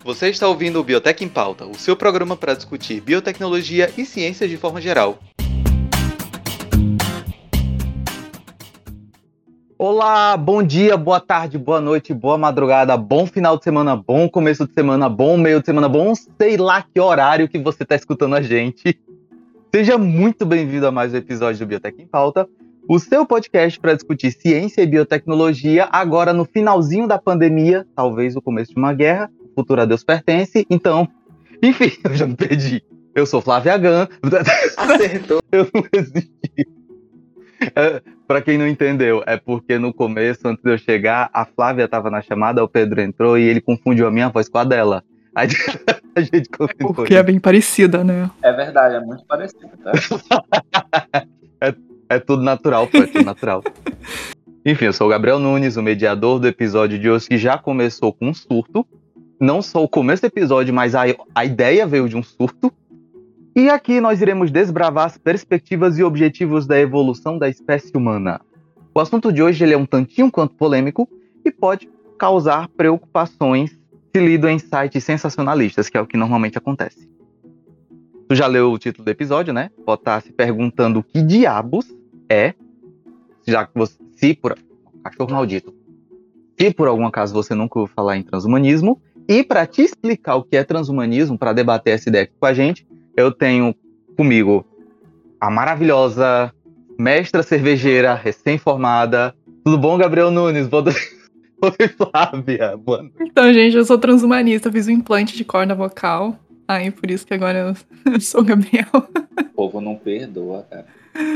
Você está ouvindo o Biotech em Pauta, o seu programa para discutir biotecnologia e ciências de forma geral. Olá, bom dia, boa tarde, boa noite, boa madrugada, bom final de semana, bom começo de semana, bom meio de semana, bom sei lá que horário que você está escutando a gente. Seja muito bem-vindo a mais um episódio do Biotech em Pauta, o seu podcast para discutir ciência e biotecnologia, agora no finalzinho da pandemia, talvez o começo de uma guerra, o futuro a Deus pertence, então, enfim, eu já me perdi. Eu sou Flávia Gan. Acertou. Eu não resisti. Pra quem não entendeu, é porque no começo, antes de eu chegar, a Flávia tava na chamada, o Pedro entrou e ele confundiu a minha voz com a dela. Aí a gente confundiu. Porque é bem parecida, né? É verdade, é muito parecido, tá? É tudo natural, pô, é tudo natural. Enfim, eu sou o Gabriel Nunes, o mediador do episódio de hoje, que já começou com um surto. Não só o começo do episódio, mas a ideia veio de um surto. E aqui nós iremos desbravar as perspectivas e objetivos da evolução da espécie humana. O assunto de hoje ele é um tantinho quanto polêmico e pode causar preocupações se lido em sites sensacionalistas, que é o que normalmente acontece. Tu já leu o título do episódio, né? Pode estar se perguntando o que diabos é, já que você, cachorro maldito, se por algum acaso você nunca ouviu falar em transhumanismo, e para te explicar o que é transhumanismo, para debater essa ideia aqui com a gente, eu tenho comigo a maravilhosa mestra cervejeira recém-formada. Tudo bom, Gabriel Nunes? Oi, Flávia. Boa noite. Então, gente, eu sou transhumanista, fiz um implante de corda vocal. Aí, por isso que agora eu sou o Gabriel. O povo não perdoa, cara.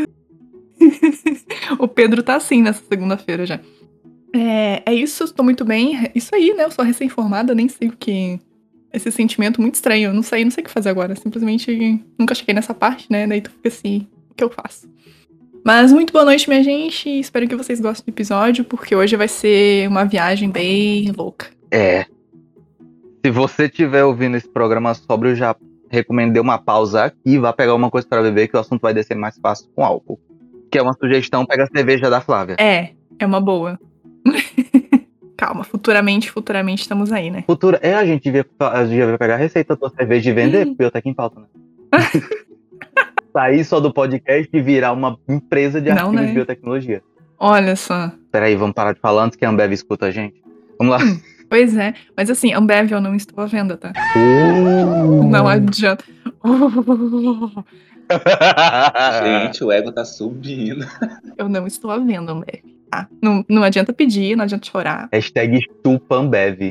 O Pedro tá assim nessa segunda-feira já. É isso, estou muito bem. Isso aí, né? Eu sou recém-formada, nem sei o que... Esse sentimento muito estranho. Eu não sei o que fazer agora. Simplesmente nunca cheguei nessa parte, né? Daí tu fica assim, o que eu faço? Mas muito boa noite, minha gente. Espero que vocês gostem do episódio, porque hoje vai ser uma viagem bem louca. Se você estiver ouvindo esse programa sobre, eu já recomendei uma pausa aqui, vá pegar uma coisa para beber, que o assunto vai descer mais fácil com álcool. Que é uma sugestão, pega a cerveja da Flávia. É uma boa. Calma, futuramente estamos aí, né? A gente devia pegar a receita da tua cerveja e vender, porque eu tô aqui em pauta, né? Sair só do podcast e virar uma empresa de artigos de biotecnologia. Olha só. Peraí, vamos parar de falar antes que a Ambev escuta a gente. Vamos lá. Pois é, mas assim, Ambev eu não estou à venda, tá? Não adianta. Gente, o ego tá subindo. Eu não estou à venda, Ambev. Ah, não adianta pedir, não adianta chorar. Hashtag estupa Ambev.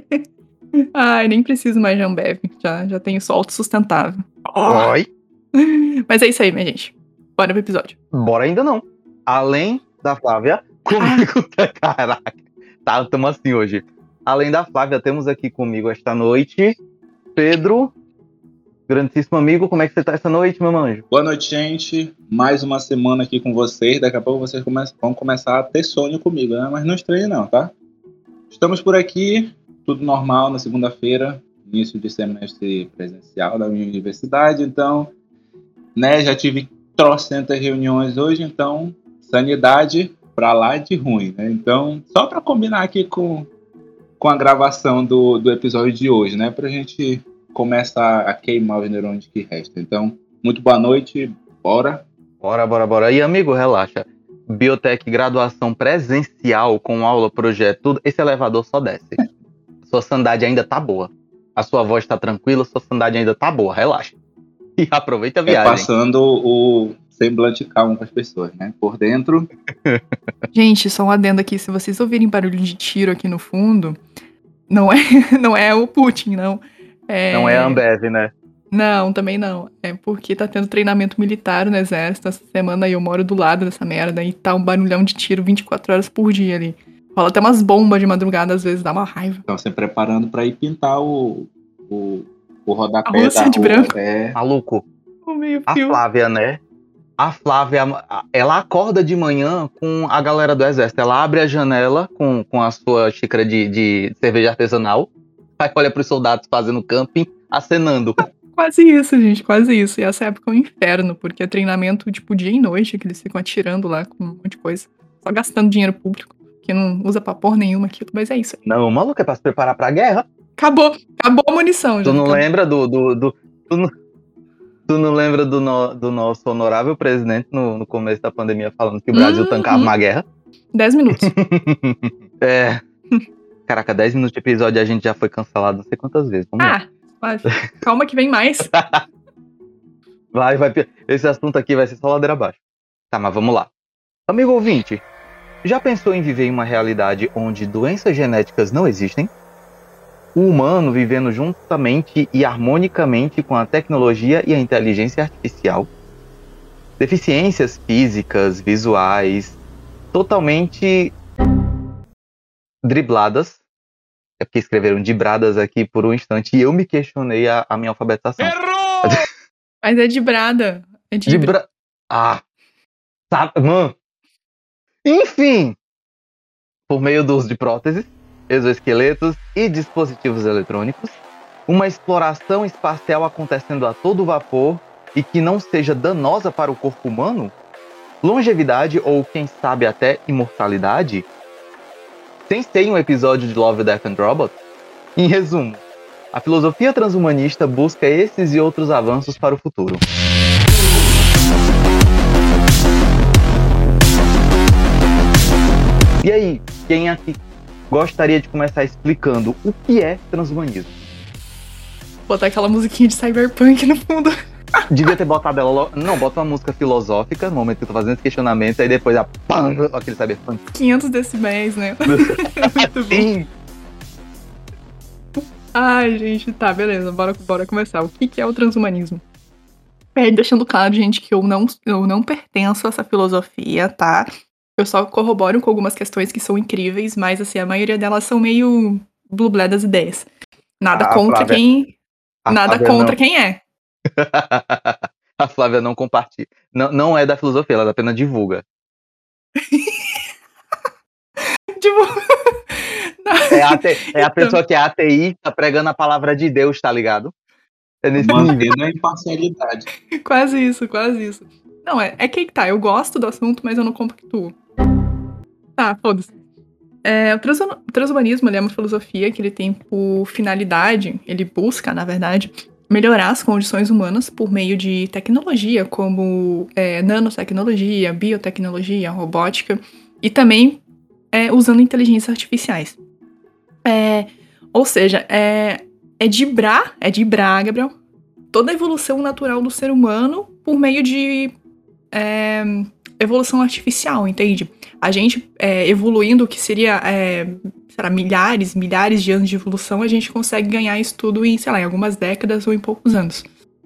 Ai, nem preciso mais de Ambev. Já tenho só autossustentável. Oi? Mas é isso aí, minha gente. Bora pro episódio. Bora ainda não. Além da Flávia, comigo... Caraca. Tá, tamo assim hoje. Além da Flávia, temos aqui comigo esta noite Pedro, grandíssimo amigo. Como é que você tá essa noite, meu anjo? Boa noite, gente. Mais uma semana aqui com vocês. Daqui a pouco vocês vão começar a ter sonho comigo, né? Mas não estranhe não, tá? Estamos por aqui, tudo normal na segunda-feira, início de semestre presencial da minha universidade. Então, né, já tive trocentas reuniões hoje, então, sanidade pra lá de ruim, né? Então, só pra combinar aqui com a gravação do episódio de hoje, né? Pra gente começar a queimar os neurônios que restam. Então, muito boa noite, bora. Bora. E, amigo, relaxa. Biotech, graduação presencial, com aula, projeto, tudo. Esse elevador só desce. Sua sanidade ainda tá boa. A sua voz tá tranquila, sua sanidade ainda tá boa. Relaxa. E aproveita a viagem. Passando o semblante calmo com as pessoas, né? Por dentro. Gente, só um adendo aqui. Se vocês ouvirem barulho de tiro aqui no fundo, não é o Putin, não. Não é a Ambev, né? Não, também não. É porque tá tendo treinamento militar no exército. Essa semana aí eu moro do lado dessa merda e tá um barulhão de tiro 24 horas por dia ali. Rola até umas bombas de madrugada, às vezes dá uma raiva. Estão se preparando pra ir pintar o rodapé a da de rua. branco. Maluco. O meio A fio. Flávia, né? A Flávia, ela acorda de manhã com a galera do exército. Ela abre a janela com a sua xícara de cerveja artesanal. Aí olha pros soldados fazendo camping, acenando. Quase isso, gente, quase isso. E essa época é um inferno, porque é treinamento, tipo, dia e noite, que eles ficam atirando lá com um monte de coisa. Só gastando dinheiro público, que não usa pra porra nenhuma aquilo, mas é isso aí. Não, maluco, é pra se preparar pra guerra. Acabou a munição já. Tu não acabou. lembra tu não lembra do nosso honorável presidente no começo da pandemia falando que o Brasil tancava uma guerra? 10 minutos. É. Caraca, 10 minutos de episódio e a gente já foi cancelado não sei quantas vezes. Vamos lá. Calma que vem mais. Vai. Esse assunto aqui vai ser só ladeira abaixo. Tá, mas vamos lá. Amigo ouvinte, já pensou em viver em uma realidade onde doenças genéticas não existem? O humano vivendo juntamente e harmonicamente com a tecnologia e a inteligência artificial? Deficiências físicas, visuais, totalmente dribladas. É porque escreveram dibradas aqui por um instante e eu me questionei a minha alfabetização. Errou! Mas é dibrada. É dibra. Sabe, mano. Enfim, por meio do uso de próteses, exoesqueletos e dispositivos eletrônicos, uma exploração espacial acontecendo a todo vapor e que não seja danosa para o corpo humano? Longevidade ou, quem sabe, até imortalidade? Tem um episódio de Love, Death and Robots? Em resumo, a filosofia transhumanista busca esses e outros avanços para o futuro. E aí, quem aqui gostaria de começar explicando o que é transhumanismo? Botar aquela musiquinha de cyberpunk no fundo. Devia ter botado ela logo. Não, bota uma música filosófica no momento que eu tô fazendo esse questionamento, aí depois aquele cyberpunk. 500 decibéis, né? Muito bom. Ai, gente, tá, beleza, bora começar. O que é o transhumanismo? Deixando claro, gente, que eu não pertenço a essa filosofia, tá? Eu só corroboro com algumas questões que são incríveis, mas, assim, a maioria delas são meio blue das ideias. Nada contra quem é. A Flávia não compartilha. Não é da filosofia, ela apenas divulga. É a pessoa que é ateísta pregando a palavra de Deus, tá ligado? É nesse nível. A imparcialidade. Quase isso. Não, é que tá, eu gosto do assunto, mas eu não compactuo. Tá, foda-se. O transhumanismo, ele é uma filosofia que ele tem por finalidade, ele busca, na verdade, melhorar as condições humanas por meio de tecnologia, como nanotecnologia, biotecnologia, robótica, e também usando inteligências artificiais. Ou seja, dibrar, Gabriel, toda a evolução natural do ser humano por meio de evolução artificial, entende? A gente evoluindo, que seria, milhares de anos de evolução, a gente consegue ganhar isso tudo em, sei lá, em algumas décadas ou em poucos anos.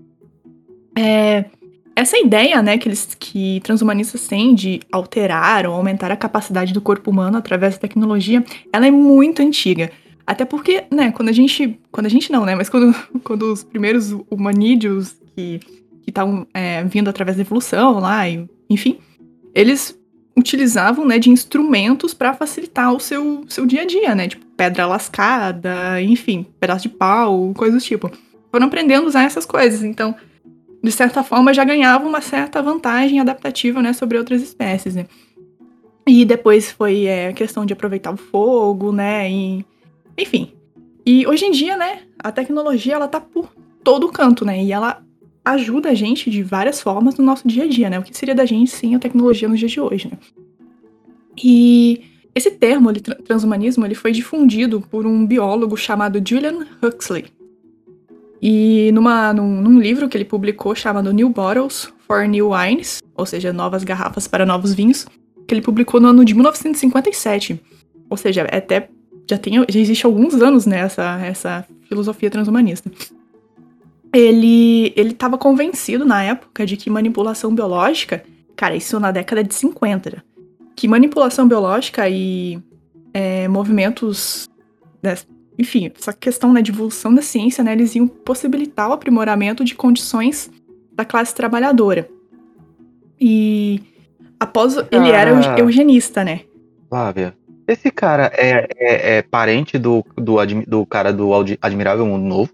Essa ideia, né, que transhumanistas têm de alterar ou aumentar a capacidade do corpo humano através da tecnologia, ela é muito antiga. Até porque, né, quando a gente não, né, mas quando os primeiros humanídeos que estavam vindo através da evolução lá, enfim, eles utilizavam, né, de instrumentos para facilitar o seu dia a dia, né, tipo pedra lascada, enfim, pedaço de pau, coisas do tipo. Foram aprendendo a usar essas coisas, então, de certa forma, já ganhavam uma certa vantagem adaptativa, né, sobre outras espécies, né. E depois foi a questão de aproveitar o fogo, né, enfim. E hoje em dia, né, a tecnologia, ela tá por todo canto, né, e ela ajuda a gente de várias formas no nosso dia a dia, né? O que seria da gente sem a tecnologia nos dias de hoje, né? E esse termo, transhumanismo, ele foi difundido por um biólogo chamado Julian Huxley. E num livro que ele publicou chamado New Bottles for New Wines, ou seja, novas garrafas para novos vinhos, que ele publicou no ano de 1957. Ou seja, já existe há alguns anos, né, essa filosofia transhumanista. Ele estava convencido na época de que manipulação biológica, cara, isso na década de 50, que manipulação biológica e movimentos, né, enfim, essa questão, né, de evolução da ciência, né, eles iam possibilitar o aprimoramento de condições da classe trabalhadora. E após ele era eugenista, né? Flávia, esse cara é parente do cara do Admirável Mundo Novo?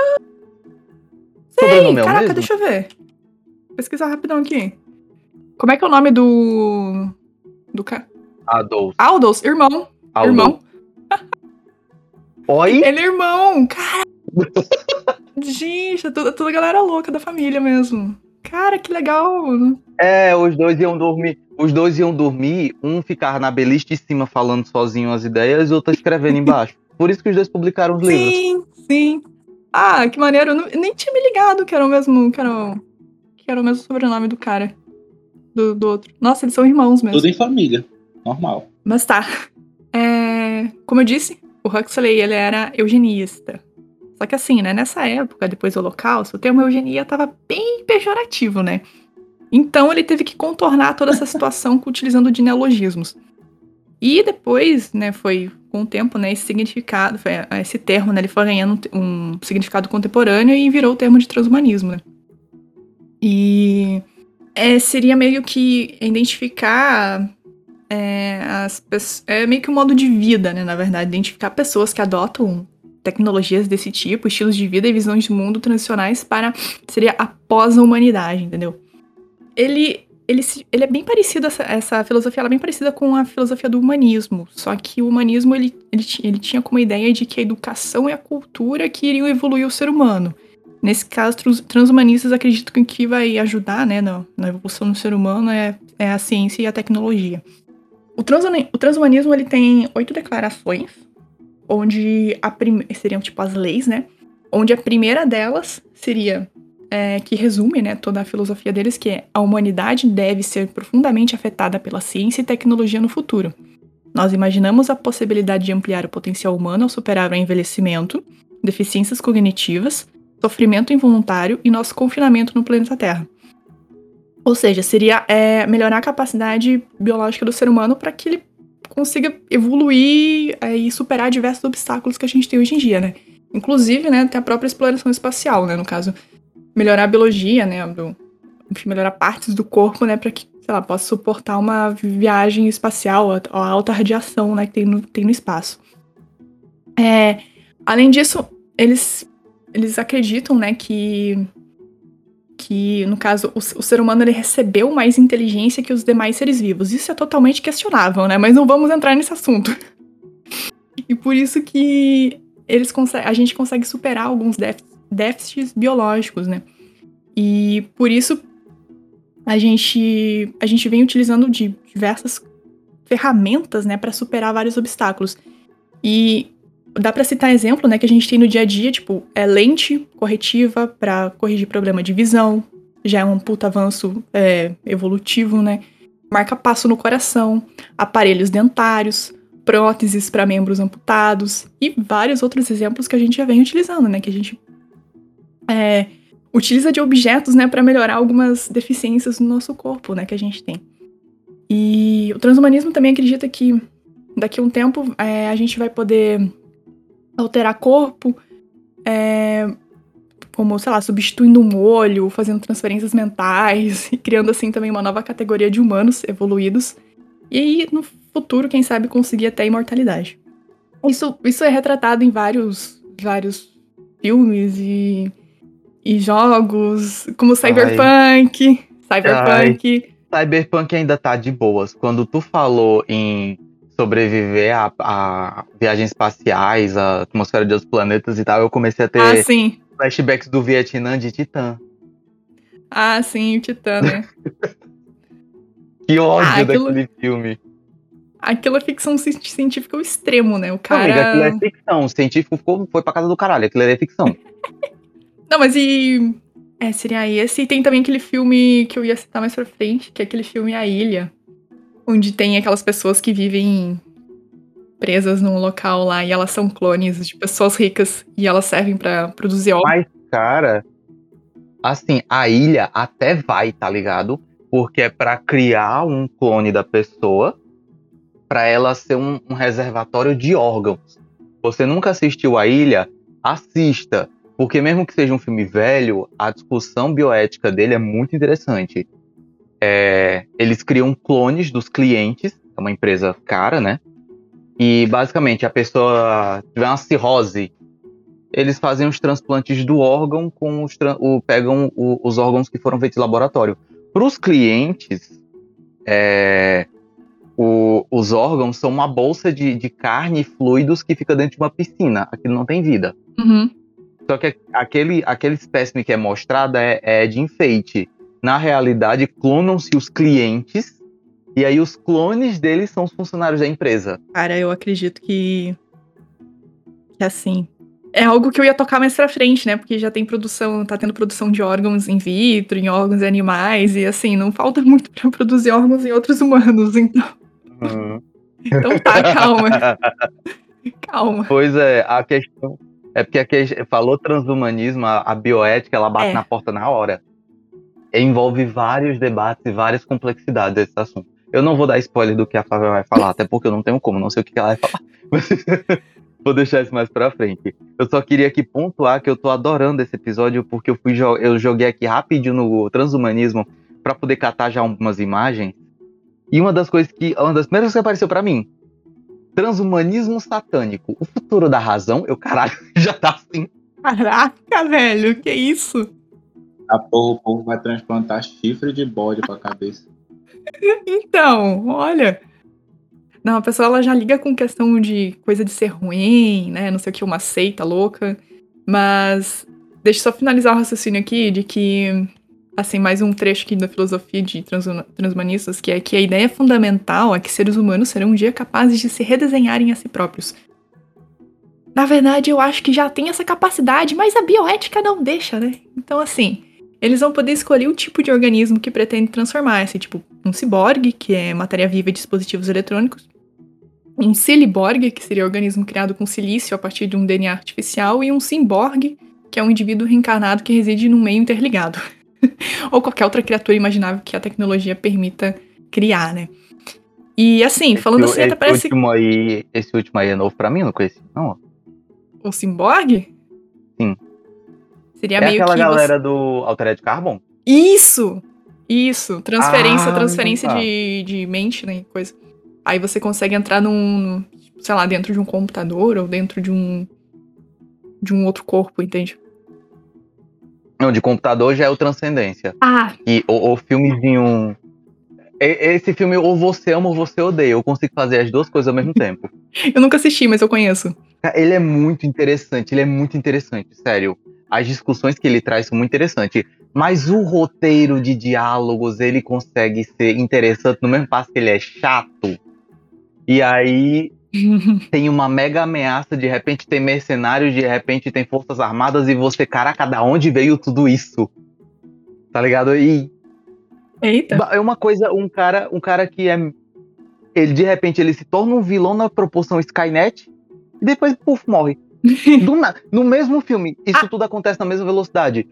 Sei, caraca, deixa eu ver. Pesquisar rapidão aqui. Como é que é o nome do cara? Aldous. Aldous, irmão. Oi? Ele é irmão, cara. Gente, é toda a galera louca da família mesmo. Cara, que legal. Os dois iam dormir. Os dois iam dormir, um ficava na beliche de cima falando sozinho as ideias e o outro escrevendo embaixo. Por isso que os dois publicaram os livros. Sim. Ah, que maneiro. Eu nem tinha me ligado que era o mesmo. Que era o mesmo sobrenome do cara. Do outro. Nossa, eles são irmãos mesmo. Tudo em família. Normal. Mas tá. Como eu disse, o Huxley, ele era eugenista. Só que assim, né, nessa época, depois do Holocausto, o termo eugenia tava bem pejorativo, né? Então ele teve que contornar toda essa situação utilizando de neologismos. E depois, né, foi com o tempo, né, esse significado, esse termo, né, ele foi ganhando um significado contemporâneo e virou o termo de transhumanismo, né? E seria meio que identificar as pessoas. É meio que um modo de vida, né? Na verdade, identificar pessoas que adotam tecnologias desse tipo, estilos de vida e visões de mundo transicionais seria após a humanidade, entendeu? Ele é bem parecido, essa filosofia ela é bem parecida com a filosofia do humanismo, só que o humanismo ele tinha como ideia de que a educação e a cultura que iriam evoluir o ser humano. Nesse caso, transhumanistas acreditam que o que vai ajudar, né, na evolução do ser humano é a ciência e a tecnologia. O transhumanismo ele tem 8 declarações, onde seriam tipo as leis, né? Onde a primeira delas seria que resume, né, toda a filosofia deles, que é a humanidade deve ser profundamente afetada pela ciência e tecnologia no futuro. Nós imaginamos a possibilidade de ampliar o potencial humano ao superar o envelhecimento, deficiências cognitivas, sofrimento involuntário e nosso confinamento no planeta Terra. Ou seja, seria melhorar a capacidade biológica do ser humano para que ele consiga evoluir e superar diversos obstáculos que a gente tem hoje em dia, né? Inclusive, né, tem a própria exploração espacial, né? No caso, melhorar a biologia, né? Enfim, melhorar partes do corpo, né? Para que, sei lá, possa suportar uma viagem espacial, a alta radiação, né? Que tem no espaço. Além disso, eles acreditam, né? Que no caso, o ser humano ele recebeu mais inteligência que os demais seres vivos. Isso é totalmente questionável, né? Mas não vamos entrar nesse assunto. E por isso que a gente consegue superar alguns déficits biológicos, né? E por isso a gente vem utilizando de diversas ferramentas, né, para superar vários obstáculos. E dá para citar exemplo, né, que a gente tem no dia a dia, tipo, lente corretiva para corrigir problema de visão, já é um puta avanço evolutivo, né? Marca-passo no coração, aparelhos dentários, próteses para membros amputados e vários outros exemplos que a gente já vem utilizando, né? Que a gente utiliza de objetos, né, para melhorar algumas deficiências no nosso corpo, né, que a gente tem. E o transhumanismo também acredita que daqui a um tempo a gente vai poder alterar corpo, como, sei lá, substituindo um olho, fazendo transferências mentais e criando assim também uma nova categoria de humanos evoluídos. E aí, no futuro, quem sabe, conseguir até a imortalidade. Isso é retratado em vários filmes e jogos, como Cyberpunk. Cyberpunk ainda tá de boas. Quando tu falou em sobreviver a viagens espaciais, a atmosfera de outros planetas e tal, eu comecei a ter flashbacks do Vietnã de Titã. Ah, sim, o Titã, né? Que ódio daquele filme. Aquilo é ficção científica ao extremo, né? O cara... Amiga, aquilo é ficção. O científico foi pra casa do caralho. Aquilo é ficção. Não, mas seria esse. E tem também aquele filme que eu ia citar mais pra frente, que é aquele filme A Ilha. Onde tem aquelas pessoas que vivem presas num local lá e elas são clones de pessoas ricas e elas servem pra produzir óleo. Mas, cara, assim, a ilha até vai, tá ligado? Porque é pra criar um clone da pessoa pra ela ser um reservatório de órgãos. Você nunca assistiu A Ilha? Assista. Porque mesmo que seja um filme velho, a discussão bioética dele é muito interessante. Eles criam clones dos clientes, é uma empresa cara, né? E basicamente a pessoa tiver uma cirrose, eles fazem os transplantes do órgão pegam os órgãos que foram feitos em laboratório. Para os clientes, os órgãos são uma bolsa de carne e fluidos que fica dentro de uma piscina. Aquilo não tem vida. Uhum. Só que aquele espécime que é mostrado é de enfeite. Na realidade, clonam-se os clientes e aí os clones deles são os funcionários da empresa. Cara, eu acredito que assim, é algo que eu ia tocar mais pra frente, né? Porque já tem produção, tá tendo produção de órgãos in vitro, em órgãos em animais, e assim, não falta muito pra produzir órgãos em outros humanos, então. Então tá, calma. Calma. Pois é, a questão é porque falou transhumanismo, a bioética, ela bate na porta na hora. Envolve vários debates e várias complexidades esse assunto. Eu não vou dar spoiler do que a Flávia vai falar, até porque eu não tenho como, não sei o que ela vai falar. Vou deixar isso mais pra frente. Eu só queria aqui pontuar que eu tô adorando esse episódio porque eu joguei aqui rapidinho no transhumanismo pra poder catar já algumas imagens. E uma das primeiras coisas que apareceu pra mim, transhumanismo satânico, o futuro da razão, caralho, já tá assim. Caraca, velho, que isso? A porra, o povo vai transplantar chifre de bode pra cabeça. Então, olha. Não, a pessoa ela já liga com questão de coisa de ser ruim, né? Não sei o que, uma seita louca. Mas deixa eu só finalizar o raciocínio aqui de que, assim, mais um trecho aqui da filosofia de transhumanistas, que é que a ideia fundamental é que seres humanos serão um dia capazes de se redesenharem a si próprios. Na verdade, eu acho que já tem essa capacidade, mas a bioética não deixa, né? Então, assim, eles vão poder escolher o tipo de organismo que pretende transformar-se, tipo um ciborgue, que é matéria viva e dispositivos eletrônicos, um ciliborgue, que seria um organismo criado com silício a partir de um DNA artificial, e um simborgue, que é um indivíduo reencarnado que reside num meio interligado. Ou qualquer outra criatura imaginável que a tecnologia permita criar, né? E assim, falando assim, até parece... Esse último aí é novo pra mim, eu não conheci, não. O simborgue? Sim. Seria meio que... aquela galera do Altered Carbon? Isso! Transferência tá. de mente, né, coisa. Aí você consegue entrar sei lá, dentro de um computador ou dentro de um outro corpo, entende? Não, de computador já é o Transcendência. E o filmezinho... Esse filme, ou você ama ou você odeia. Eu consigo fazer as duas coisas ao mesmo tempo. Eu nunca assisti, mas eu conheço. Ele é muito interessante, sério. As discussões que ele traz são muito interessantes. Mas o roteiro de diálogos, ele consegue ser interessante no mesmo passo que ele é chato. E aí tem uma mega ameaça, de repente tem mercenários, de repente tem forças armadas e você, caraca, da onde veio tudo isso? Tá ligado? E eita. É uma coisa, um cara que ele de repente ele se torna um vilão na proporção Skynet e depois, puf, morre. No mesmo filme, isso tudo acontece na mesma velocidade.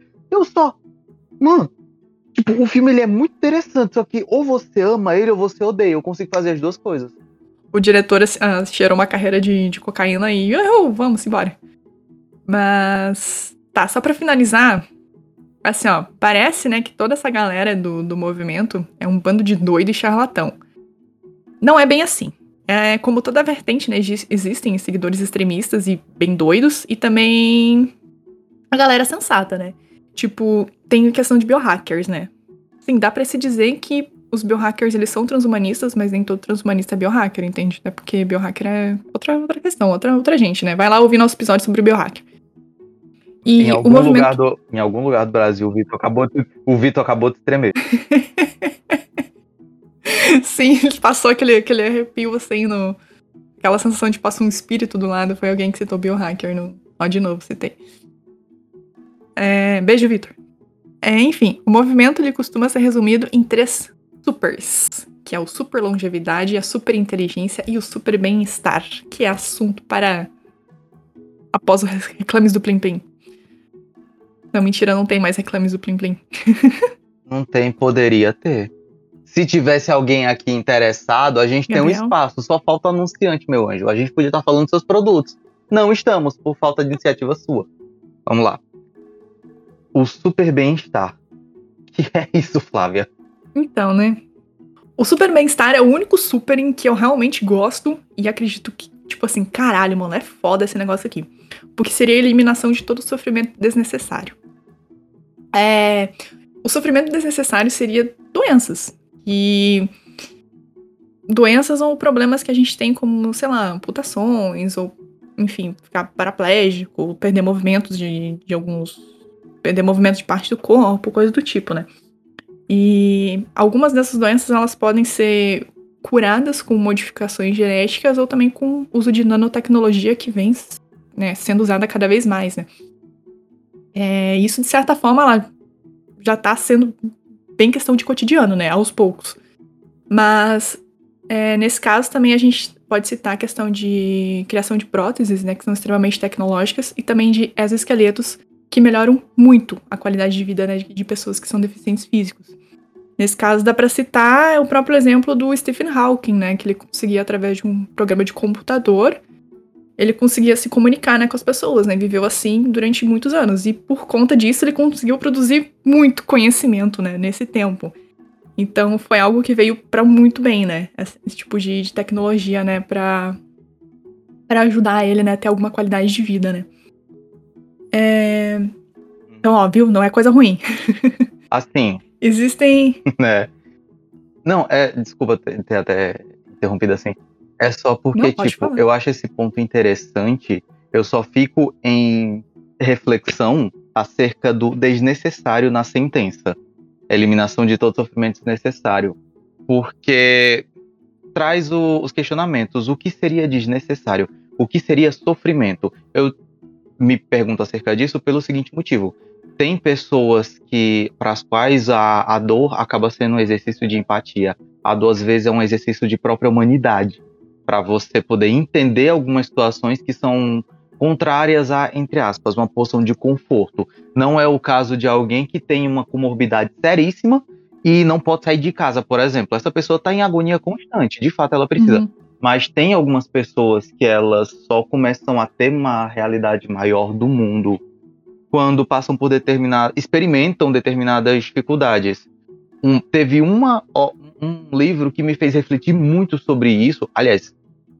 Mano, tipo, o filme ele é muito interessante, só que ou você ama ele ou você odeia. Eu consigo fazer as duas coisas. O diretor cheirou uma carreira de cocaína e vamos embora. Mas, tá, só pra finalizar, assim, ó, parece, né, que toda essa galera do movimento é um bando de doido e charlatão. Não é bem assim. É como toda vertente, né, existem seguidores extremistas e bem doidos, e também a galera sensata, né? Tipo, tem questão de biohackers, né? Sim, dá pra se dizer que os biohackers, eles são transhumanistas, mas nem todo transhumanista é biohacker, entende? É porque biohacker é outra questão, outra gente, né? Vai lá ouvir nosso episódio sobre biohacker. E em algum lugar do Brasil, o Vitor acabou de tremer. Sim, passou aquele arrepio, assim, aquela sensação de passar um espírito do lado. Foi alguém que citou biohacker. Ó, de novo, citei. Beijo, Vitor. Enfim, o movimento ele costuma ser resumido em 3 supers, que é o super longevidade, a super inteligência e o super bem-estar, que é assunto para após os reclames do Plim Plim. Não, mentira, não tem mais reclames do Plim Plim. Não tem, poderia ter. Se tivesse alguém aqui interessado, a gente tem um espaço, só falta anunciante, meu anjo. A gente podia estar falando dos seus produtos. Não estamos, por falta de iniciativa sua. Vamos lá. O super bem-estar. Que é isso, Flávia? Então, né? O super bem-estar é o único super em que eu realmente gosto e acredito que, tipo assim, caralho, mano, é foda esse negócio aqui. Porque seria a eliminação de todo o sofrimento desnecessário. O sofrimento desnecessário seria doenças. E doenças ou problemas que a gente tem como, sei lá, amputações, ou, enfim, ficar paraplégico, perder movimentos de alguns... Perder movimentos de parte do corpo, coisa do tipo, né? E algumas dessas doenças, elas podem ser curadas com modificações genéticas ou também com uso de nanotecnologia que vem, né, sendo usada cada vez mais, né? Isso, de certa forma, ela já tá sendo bem questão de cotidiano, né? Aos poucos. Mas, nesse caso, também a gente pode citar a questão de criação de próteses, né? Que são extremamente tecnológicas. E também de exoesqueletos que melhoram muito a qualidade de vida, né, de pessoas que são deficientes físicos. Nesse caso, dá pra citar o próprio exemplo do Stephen Hawking, né? Que ele conseguia, através de um programa de computador, ele conseguia se comunicar, né, com as pessoas, né? Viveu assim durante muitos anos. E por conta disso, ele conseguiu produzir muito conhecimento, né, nesse tempo. Então, foi algo que veio pra muito bem, né? Esse tipo de tecnologia, né? Pra ajudar ele, né, a ter alguma qualidade de vida, né? Então, óbvio, não é coisa ruim. Assim, Existem... né? Não, desculpa ter até interrompido assim. É só porque, Não, pode tipo, falar. eu acho esse ponto interessante. Eu só fico em reflexão acerca do desnecessário na sentença. Eliminação de todo sofrimento desnecessário. Porque traz os questionamentos. O que seria desnecessário? O que seria sofrimento? Eu me pergunto acerca disso pelo seguinte motivo. Tem pessoas para as quais a dor acaba sendo um exercício de empatia. A dor, às vezes, é um exercício de própria humanidade, para você poder entender algumas situações que são contrárias a, entre aspas, uma porção de conforto. Não é o caso de alguém que tem uma comorbidade seríssima e não pode sair de casa, por exemplo. Essa pessoa está em agonia constante, de fato ela precisa. Uhum. Mas tem algumas pessoas que elas só começam a ter uma realidade maior do mundo quando passam por experimentam determinadas dificuldades. Teve um livro que me fez refletir muito sobre isso. Aliás,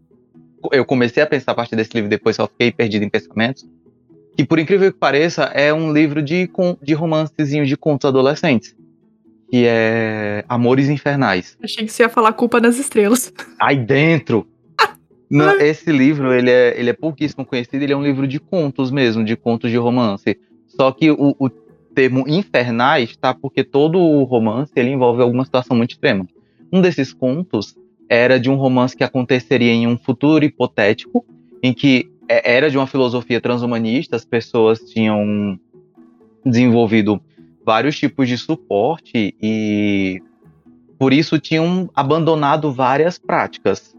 eu comecei a pensar a partir desse livro, depois só fiquei perdido em pensamentos. Que, por incrível que pareça, é um livro de romancezinhos de contos adolescentes. Que é Amores Infernais. Achei que você ia falar Culpa das Estrelas. Aí dentro... Não, esse livro, ele é pouquíssimo conhecido, ele é um livro de contos mesmo, de contos de romance. Só que o termo infernais tá porque todo o romance ele envolve alguma situação muito extrema. Um desses contos era de um romance que aconteceria em um futuro hipotético, em que era de uma filosofia transhumanista, as pessoas tinham desenvolvido vários tipos de suporte e por isso tinham abandonado várias práticas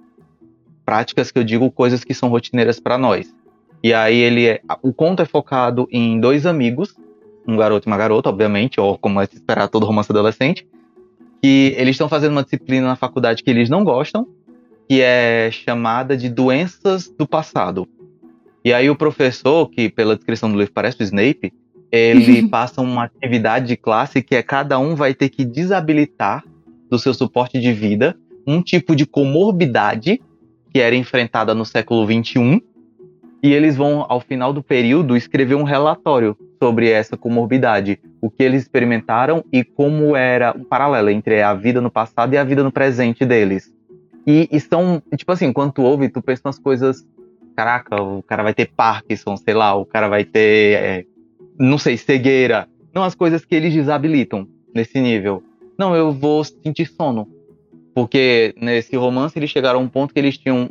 que eu digo coisas que são rotineiras para nós. E aí o conto é focado em dois amigos, um garoto e uma garota, obviamente, ou como é se esperar todo romance adolescente, que eles estão fazendo uma disciplina na faculdade que eles não gostam, que é chamada de doenças do passado. E aí o professor, que pela descrição do livro parece o Snape, ele passa uma atividade de classe que é cada um vai ter que desabilitar do seu suporte de vida um tipo de comorbidade que era enfrentada no século XXI, e eles vão, ao final do período, escrever um relatório sobre essa comorbidade, o que eles experimentaram e como era um paralelo entre a vida no passado e a vida no presente deles. E são, tipo assim, quando tu ouve, tu pensa umas coisas, caraca, o cara vai ter Parkinson, sei lá, o cara vai ter, não sei, cegueira. Não, as coisas que eles desabilitam nesse nível. Não, eu vou sentir sono. Porque nesse romance eles chegaram a um ponto que eles tinham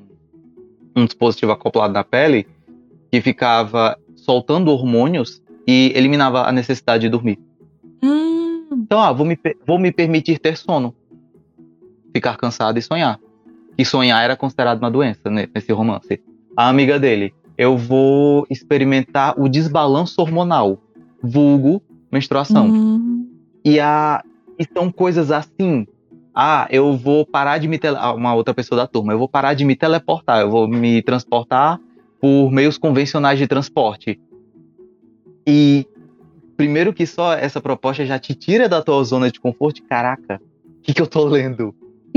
um dispositivo acoplado na pele que ficava soltando hormônios e eliminava a necessidade de dormir. Então, vou me permitir ter sono. Ficar cansado e sonhar. E sonhar era considerado uma doença nesse romance. A amiga dele, eu vou experimentar o desbalanço hormonal, vulgo menstruação. E são coisas assim. Eu vou parar de uma outra pessoa da turma, eu vou parar de me teleportar, eu vou me transportar por meios convencionais de transporte. E primeiro que só essa proposta já te tira da tua zona de conforto. Caraca, o que eu tô lendo?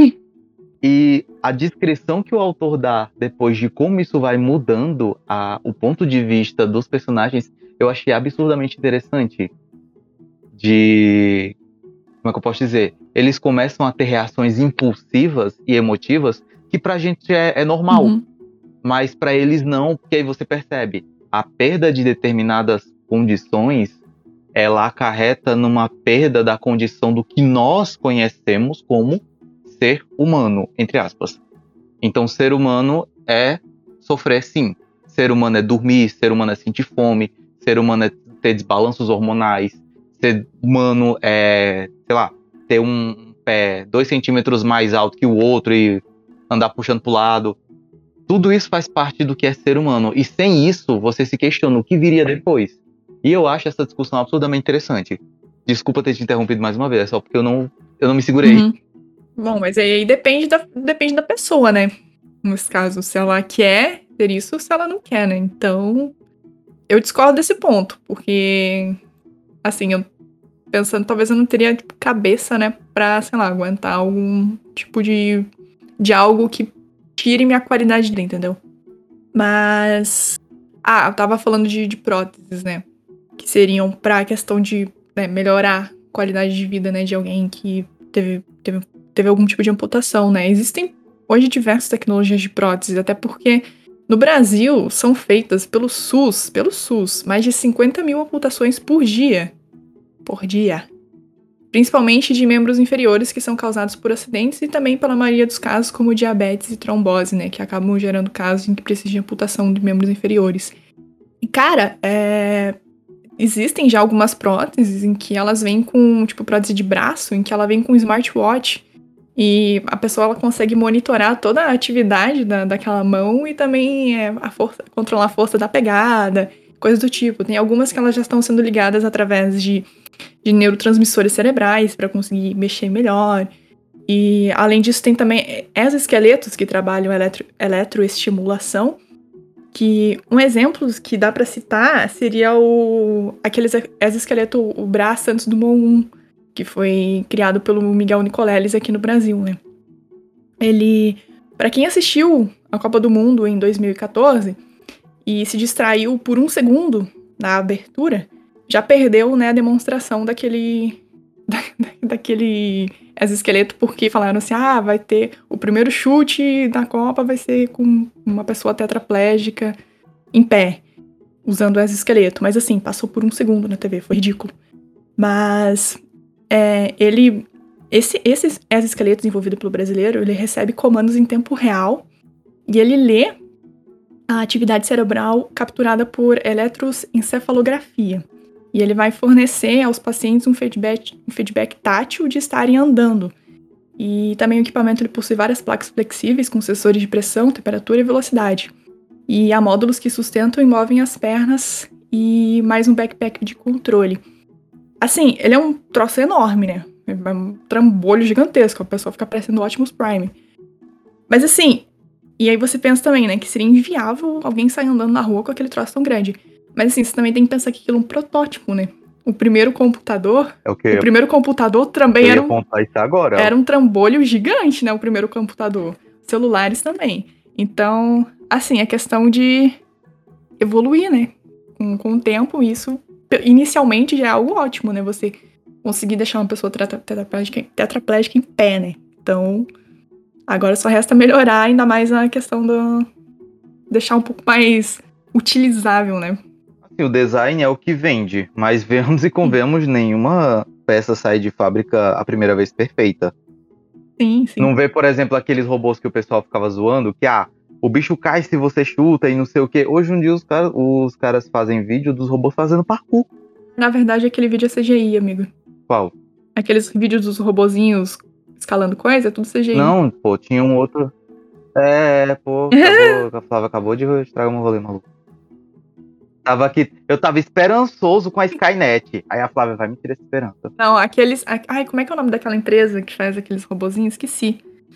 E a descrição que o autor dá depois de como isso vai mudando o ponto de vista dos personagens, eu achei absurdamente interessante. como é que eu posso dizer? Eles começam a ter reações impulsivas e emotivas que pra gente é normal, Uhum. mas pra eles não, porque aí você percebe, a perda de determinadas condições, ela acarreta numa perda da condição do que nós conhecemos como ser humano, entre aspas. Então, ser humano é sofrer, sim. Ser humano é dormir, ser humano é sentir fome, ser humano é ter desbalanços hormonais, ser humano é, sei lá, ter um pé 2 centímetros mais alto que o outro e andar puxando pro lado. Tudo isso faz parte do que é ser humano. E sem isso, você se questiona o que viria depois. E eu acho essa discussão absurdamente interessante. Desculpa ter te interrompido mais uma vez, é só porque eu não me segurei. Uhum. Bom, mas aí depende da pessoa, né? Nesse caso, se ela quer ter isso ou se ela não quer, né? Então, eu discordo desse ponto, porque, assim, eu pensando, talvez eu não teria tipo, cabeça, né, pra, sei lá, aguentar algum tipo de algo que tire minha qualidade de vida, entendeu? Mas, eu tava falando de próteses, né, que seriam pra questão de melhorar a qualidade de vida, né, de alguém que teve algum tipo de amputação, né. Existem hoje diversas tecnologias de próteses, até porque no Brasil são feitas pelo SUS, mais de 50 mil amputações por dia. Principalmente de membros inferiores que são causados por acidentes e também pela maioria dos casos como diabetes e trombose, né, que acabam gerando casos em que precisa de amputação de membros inferiores. E, cara, existem já algumas próteses em que elas vêm com, tipo, prótese de braço, em que ela vem com smartwatch e a pessoa ela consegue monitorar toda a atividade daquela mão e também controlar a força da pegada, coisas do tipo. Tem algumas que elas já estão sendo ligadas através de neurotransmissores cerebrais para conseguir mexer melhor. E, além disso, tem também exoesqueletos que trabalham eletroestimulação, que um exemplo que dá para citar seria aquele exoesqueleto, o Bra Santos Dumont 1, que foi criado pelo Miguel Nicoleles aqui no Brasil, né? Ele, para quem assistiu a Copa do Mundo em 2014 e se distraiu por um segundo na abertura, já perdeu, né, a demonstração daquele exoesqueleto, porque falaram assim, vai ter o primeiro chute da Copa vai ser com uma pessoa tetraplégica em pé, usando o exoesqueleto. Mas assim, passou por um segundo na TV, foi ridículo. Mas esse exoesqueleto desenvolvido pelo brasileiro, ele recebe comandos em tempo real e ele lê a atividade cerebral capturada por eletroencefalografia. E ele vai fornecer aos pacientes um feedback tátil de estarem andando. E também o equipamento ele possui várias placas flexíveis com sensores de pressão, temperatura e velocidade. E há módulos que sustentam e movem as pernas e mais um backpack de controle. Assim, ele é um troço enorme, né? É um trambolho gigantesco, a pessoa fica parecendo o Optimus Prime. Mas assim, e aí você pensa também, né, que seria inviável alguém sair andando na rua com aquele troço tão grande. Mas assim, você também tem que pensar que aquilo é um protótipo, né? O primeiro computador também era um trambolho gigante, né? O primeiro computador. Celulares também. Então, assim, é questão de evoluir, né? Com o tempo, isso inicialmente já é algo ótimo, né? Você conseguir deixar uma pessoa tetraplégica em pé, né? Então, agora só resta melhorar ainda mais a questão do deixar um pouco mais utilizável, né? O design é o que vende, mas vemos e convenhamos, nenhuma peça sai de fábrica a primeira vez perfeita. Sim, sim. Não vê, por exemplo, aqueles robôs que o pessoal ficava zoando, que o bicho cai se você chuta e não sei o que. Hoje em dia os caras fazem vídeo dos robôs fazendo parkour. Na verdade, aquele vídeo é CGI, amigo. Qual? Aqueles vídeos dos robozinhos escalando coisa, é tudo CGI. Não, pô, tinha um outro... a Flávia acabou de estragar meu rolê, maluco. Eu tava esperançoso com a Skynet. Aí a Flávia vai me tirar essa esperança. Não, aqueles... Ai, como é que é o nome daquela empresa que faz aqueles robozinhos? Esqueci.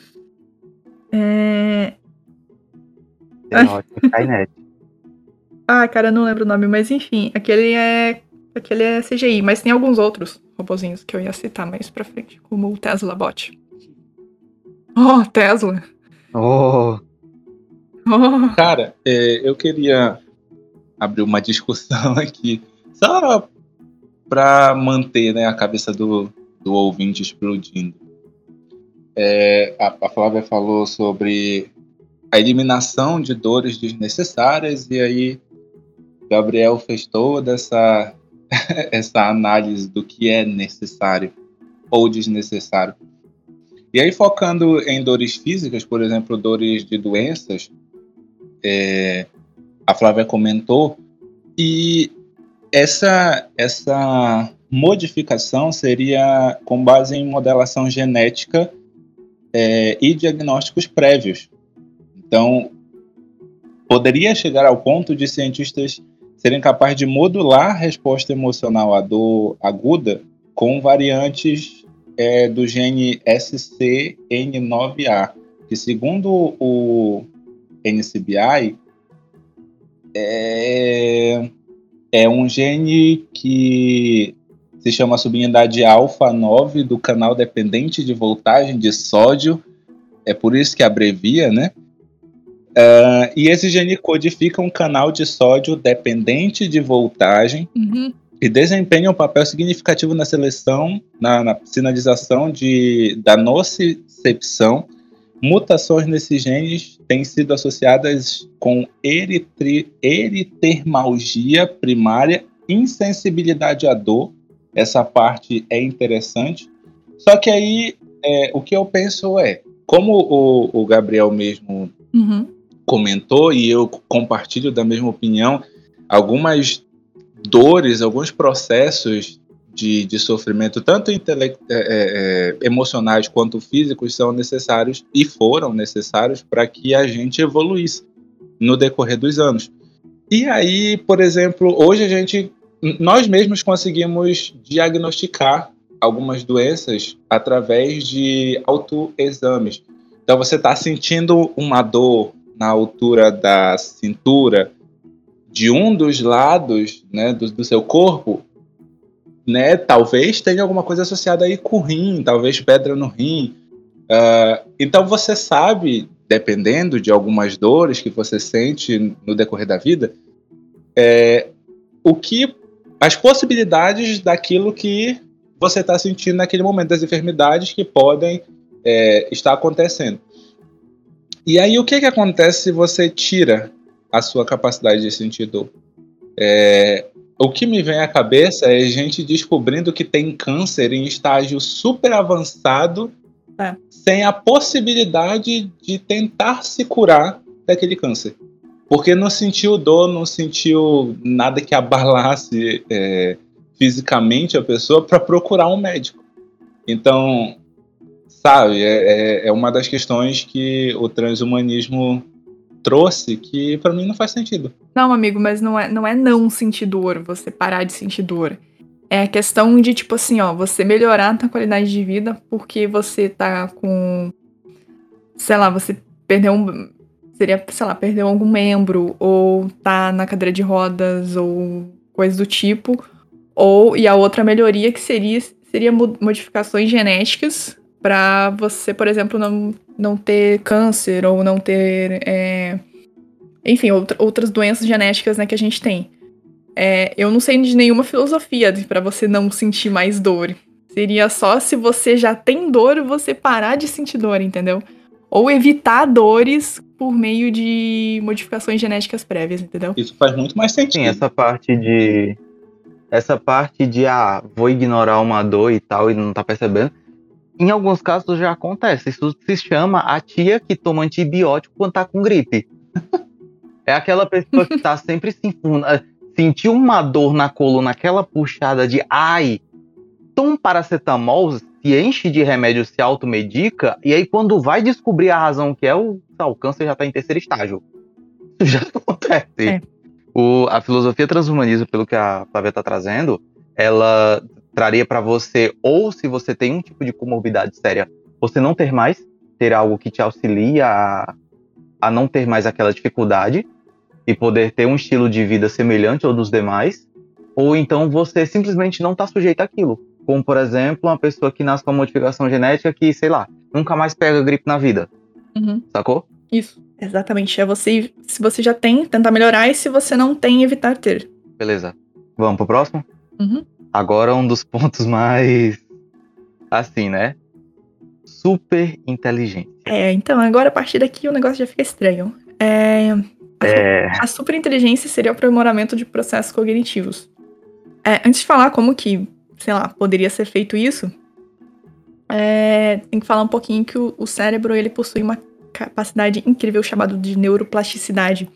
Ótimo, Skynet. Cara, não lembro o nome, mas enfim. Aquele é CGI, mas tem alguns outros robozinhos que eu ia citar mais pra frente, como o Tesla Bot. Oh, Tesla! Oh! Cara, eu queria abrir uma discussão aqui, só pra manter, né, a cabeça do do ouvinte explodindo. A Flávia falou sobre a eliminação de dores desnecessárias, e aí Gabriel fez toda essa análise do que é necessário ou desnecessário. E aí, focando em dores físicas, por exemplo, dores de doenças, a Flávia comentou, e essa modificação seria com base em modelação genética e diagnósticos prévios. Então, poderia chegar ao ponto de cientistas serem capazes de modular a resposta emocional à dor aguda com variantes do gene SCN9A, que, segundo o NCBI, é um gene que se chama subunidade alfa 9 do canal dependente de voltagem de sódio, é por isso que abrevia, né? E esse gene codifica um canal de sódio dependente de voltagem e desempenha um papel significativo na seleção, na sinalização da nocicepção. Mutações nesses genes têm sido associadas com eritermalgia primária, insensibilidade à dor. Essa parte é interessante. Só que aí, o que eu penso como o Gabriel mesmo comentou, e eu compartilho da mesma opinião, algumas dores, alguns processos de sofrimento, tanto emocionais quanto físicos, são necessários e foram necessários para que a gente evoluísse no decorrer dos anos. E aí, por exemplo, hoje nós mesmos conseguimos diagnosticar algumas doenças através de autoexames. Então, você está sentindo uma dor na altura da cintura de um dos lados, né, do seu corpo, né, talvez tenha alguma coisa associada aí com o rim, talvez pedra no rim. Então você sabe, dependendo de algumas dores que você sente no decorrer da vida, as possibilidades daquilo que você está sentindo naquele momento, das enfermidades que podem estar acontecendo. E aí, o que acontece se você tira a sua capacidade de sentir dor? O que me vem à cabeça é gente descobrindo que tem câncer em estágio super avançado, sem a possibilidade de tentar se curar daquele câncer. Porque não sentiu dor, não sentiu nada que abalasse fisicamente a pessoa para procurar um médico. Então, sabe, é uma das questões que o transhumanismo trouxe que para mim não faz sentido. Não, amigo, mas não é não sentir dor, você parar de sentir dor. É a questão de, tipo assim, você melhorar a tua qualidade de vida porque você tá com, sei lá, você perdeu perdeu algum membro, ou tá na cadeira de rodas, ou coisa do tipo. E a outra melhoria que seria modificações genéticas pra você, por exemplo, não ter câncer, ou não ter, enfim, outras doenças genéticas, né, que a gente tem. Eu não sei de nenhuma filosofia pra você não sentir mais dor. Seria só se você já tem dor, você parar de sentir dor, entendeu? Ou evitar dores por meio de modificações genéticas prévias, entendeu? Isso faz muito mais sentido. Sim, essa parte de vou ignorar uma dor e tal e não tá percebendo, em alguns casos já acontece. Isso se chama a tia que toma antibiótico quando tá com gripe. É aquela pessoa que tá sempre se enfurnando. Sentiu uma dor na coluna, aquela puxada de toma um paracetamol, se enche de remédio, se automedica, e aí quando vai descobrir a razão que o câncer já tá em terceiro estágio. Isso já acontece. A filosofia transhumanista, pelo que a Flávia tá trazendo, ela traria para você, ou se você tem um tipo de comorbidade séria, você não ter mais, ter algo que te auxilia a não ter mais aquela dificuldade e poder ter um estilo de vida semelhante ao dos demais, ou então você simplesmente não tá sujeito àquilo. Como, por exemplo, uma pessoa que nasce com uma modificação genética que, sei lá, nunca mais pega gripe na vida. Sacou? Isso, exatamente. Se você já tem, tentar melhorar, e se você não tem, evitar ter. Beleza. Vamos pro próximo? Agora um dos pontos mais assim, né? Super inteligente. Então, agora a partir daqui o negócio já fica estranho. A superinteligência seria o aprimoramento de processos cognitivos. Antes de falar como que, sei lá, poderia ser feito isso, tem que falar um pouquinho que o cérebro, ele possui uma capacidade incrível chamada de neuroplasticidade,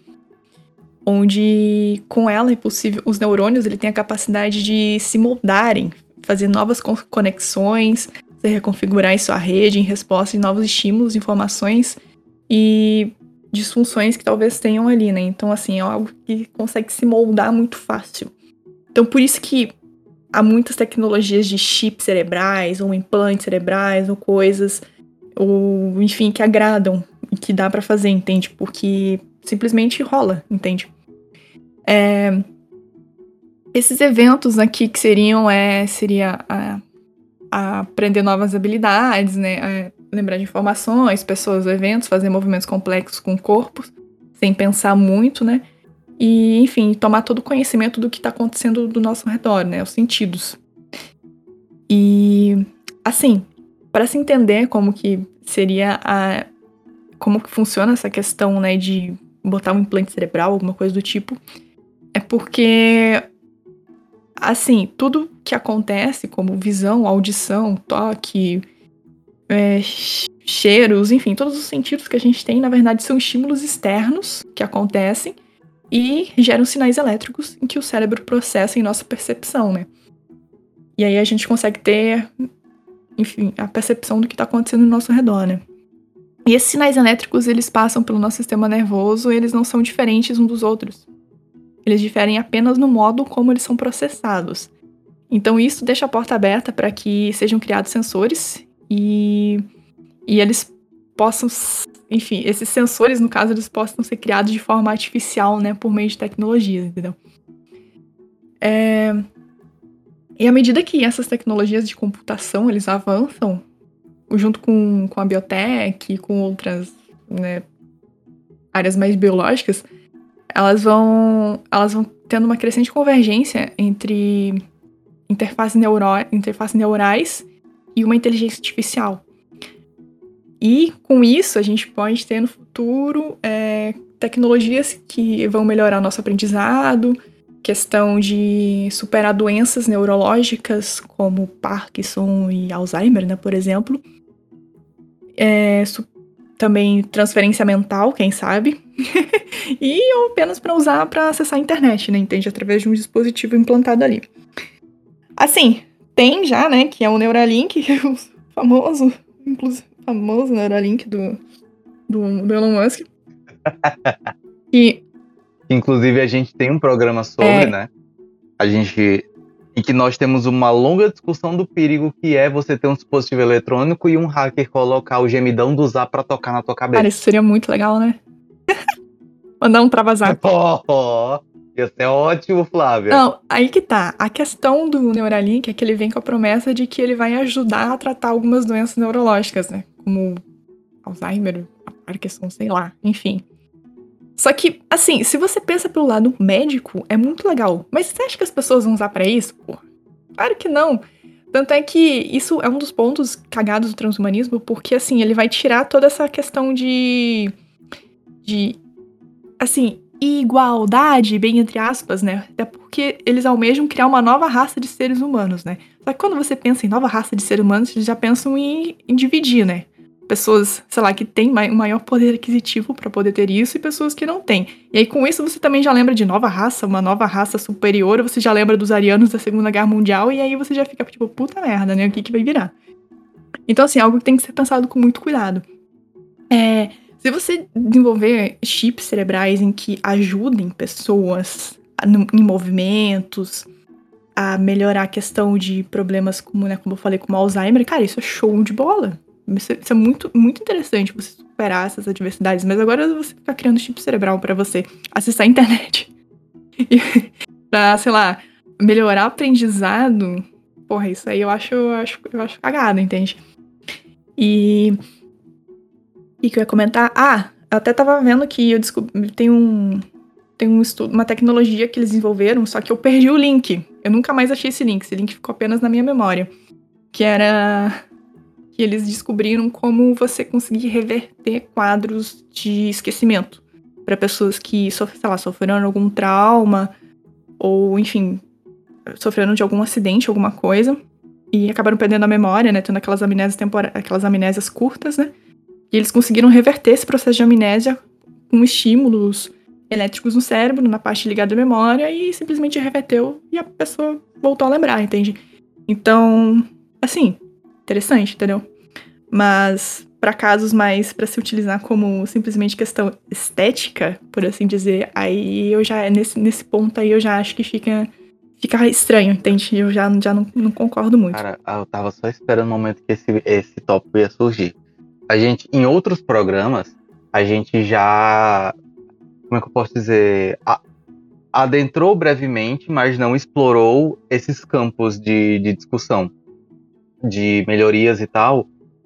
onde com ela é possível, os neurônios, ele tem a capacidade de se moldarem, fazer novas conexões, se reconfigurar em sua rede em resposta a novos estímulos, informações e disfunções que talvez tenham ali, né? Então, assim, é algo que consegue se moldar muito fácil. Então, por isso que há muitas tecnologias de chips cerebrais, ou implantes cerebrais, ou coisas, ou, enfim, que agradam e que dá pra fazer, entende? Porque simplesmente rola, entende? Esses eventos aqui que seria aprender novas habilidades, né? Lembrar de informações, pessoas, eventos, fazer movimentos complexos com o corpo, sem pensar muito, né? E, enfim, tomar todo o conhecimento do que está acontecendo do nosso redor, né? Os sentidos. E, assim, para se entender como que seria como que funciona essa questão, né, de botar um implante cerebral, alguma coisa do tipo, é porque, assim, tudo que acontece, como visão, audição, toque, cheiros, enfim, todos os sentidos que a gente tem, na verdade, são estímulos externos que acontecem e geram sinais elétricos em que o cérebro processa em nossa percepção, né? E aí a gente consegue ter, enfim, a percepção do que está acontecendo no nosso redor, né? E esses sinais elétricos, eles passam pelo nosso sistema nervoso e eles não são diferentes uns dos outros. Eles diferem apenas no modo como eles são processados. Então isso deixa a porta aberta para que sejam criados sensores e eles possam, enfim, esses sensores, no caso, eles possam ser criados de forma artificial, né, por meio de tecnologias, entendeu? E à medida que essas tecnologias de computação, eles avançam, junto com a biotech e com outras, né, áreas mais biológicas, elas vão tendo uma crescente convergência entre interfaces neurais e uma inteligência artificial. E com isso a gente pode ter no futuro tecnologias que vão melhorar nosso aprendizado, questão de superar doenças neurológicas como Parkinson e Alzheimer, né, por exemplo. Também transferência mental, quem sabe? Ou apenas para usar para acessar a internet, né, entende? Através de um dispositivo implantado ali. Assim, tem já, né, que é o Neuralink, o famoso Neuralink do Elon Musk. Inclusive, a gente tem um programa sobre, né? Em que nós temos uma longa discussão do perigo que é você ter um dispositivo eletrônico e um hacker colocar o gemidão do Zap pra tocar na tua cabeça. Cara, isso seria muito legal, né? Mandar um trava-zap. Ia ser ótimo, Flávia. Não, aí que tá. A questão do Neuralink é que ele vem com a promessa de que ele vai ajudar a tratar algumas doenças neurológicas, né? Como Alzheimer, Parkinson, sei lá, enfim. Só que, assim, se você pensa pelo lado médico, é muito legal. Mas você acha que as pessoas vão usar pra isso? Pô, claro que não. Tanto é que isso é um dos pontos cagados do transhumanismo, porque, assim, ele vai tirar toda essa questão de assim, igualdade, bem entre aspas, né? Até porque eles almejam criar uma nova raça de seres humanos, né? Só que quando você pensa em nova raça de seres humanos, vocês já pensam em dividir, né? Pessoas, sei lá, que têm um maior poder aquisitivo pra poder ter isso e pessoas que não têm. E aí, com isso, você também já lembra de nova raça, uma nova raça superior, você já lembra dos arianos da Segunda Guerra Mundial, e aí você já fica tipo, puta merda, né? O que vai virar? Então, assim, algo que tem que ser pensado com muito cuidado. Se você desenvolver chips cerebrais em que ajudem pessoas em movimentos, a melhorar a questão de problemas como, né, como eu falei, como Alzheimer, cara, isso é show de bola. Isso é muito, muito interessante você superar essas adversidades. Mas agora você ficar criando chip cerebral pra você acessar a internet. E pra, sei lá, melhorar o aprendizado. Porra, isso aí eu acho cagado, entende? E o que eu ia comentar? Eu até tava vendo que eu descobri. Tem um estudo, uma tecnologia que eles desenvolveram, só que eu perdi o link. Eu nunca mais achei esse link. Esse link ficou apenas na minha memória. que era que eles descobriram como você conseguir reverter quadros de esquecimento para pessoas que, sei lá, sofreram algum trauma ou, enfim, sofreram de algum acidente, alguma coisa, e acabaram perdendo a memória, né, tendo aquelas amnésias curtas, né, e eles conseguiram reverter esse processo de amnésia com estímulos elétricos no cérebro, na parte ligada à memória, e simplesmente reverteu e a pessoa voltou a lembrar, entende? Então, assim, interessante, entendeu? Mas para casos mais para se utilizar como simplesmente questão estética, por assim dizer, aí eu já nesse ponto aí eu já acho que fica estranho, entende? Eu já não concordo muito. Cara, eu tava só esperando o momento que esse tópico ia surgir. A gente, em outros programas, a gente já, como é que eu posso dizer, adentrou brevemente, mas não explorou esses campos de discussão, de melhorias e tal,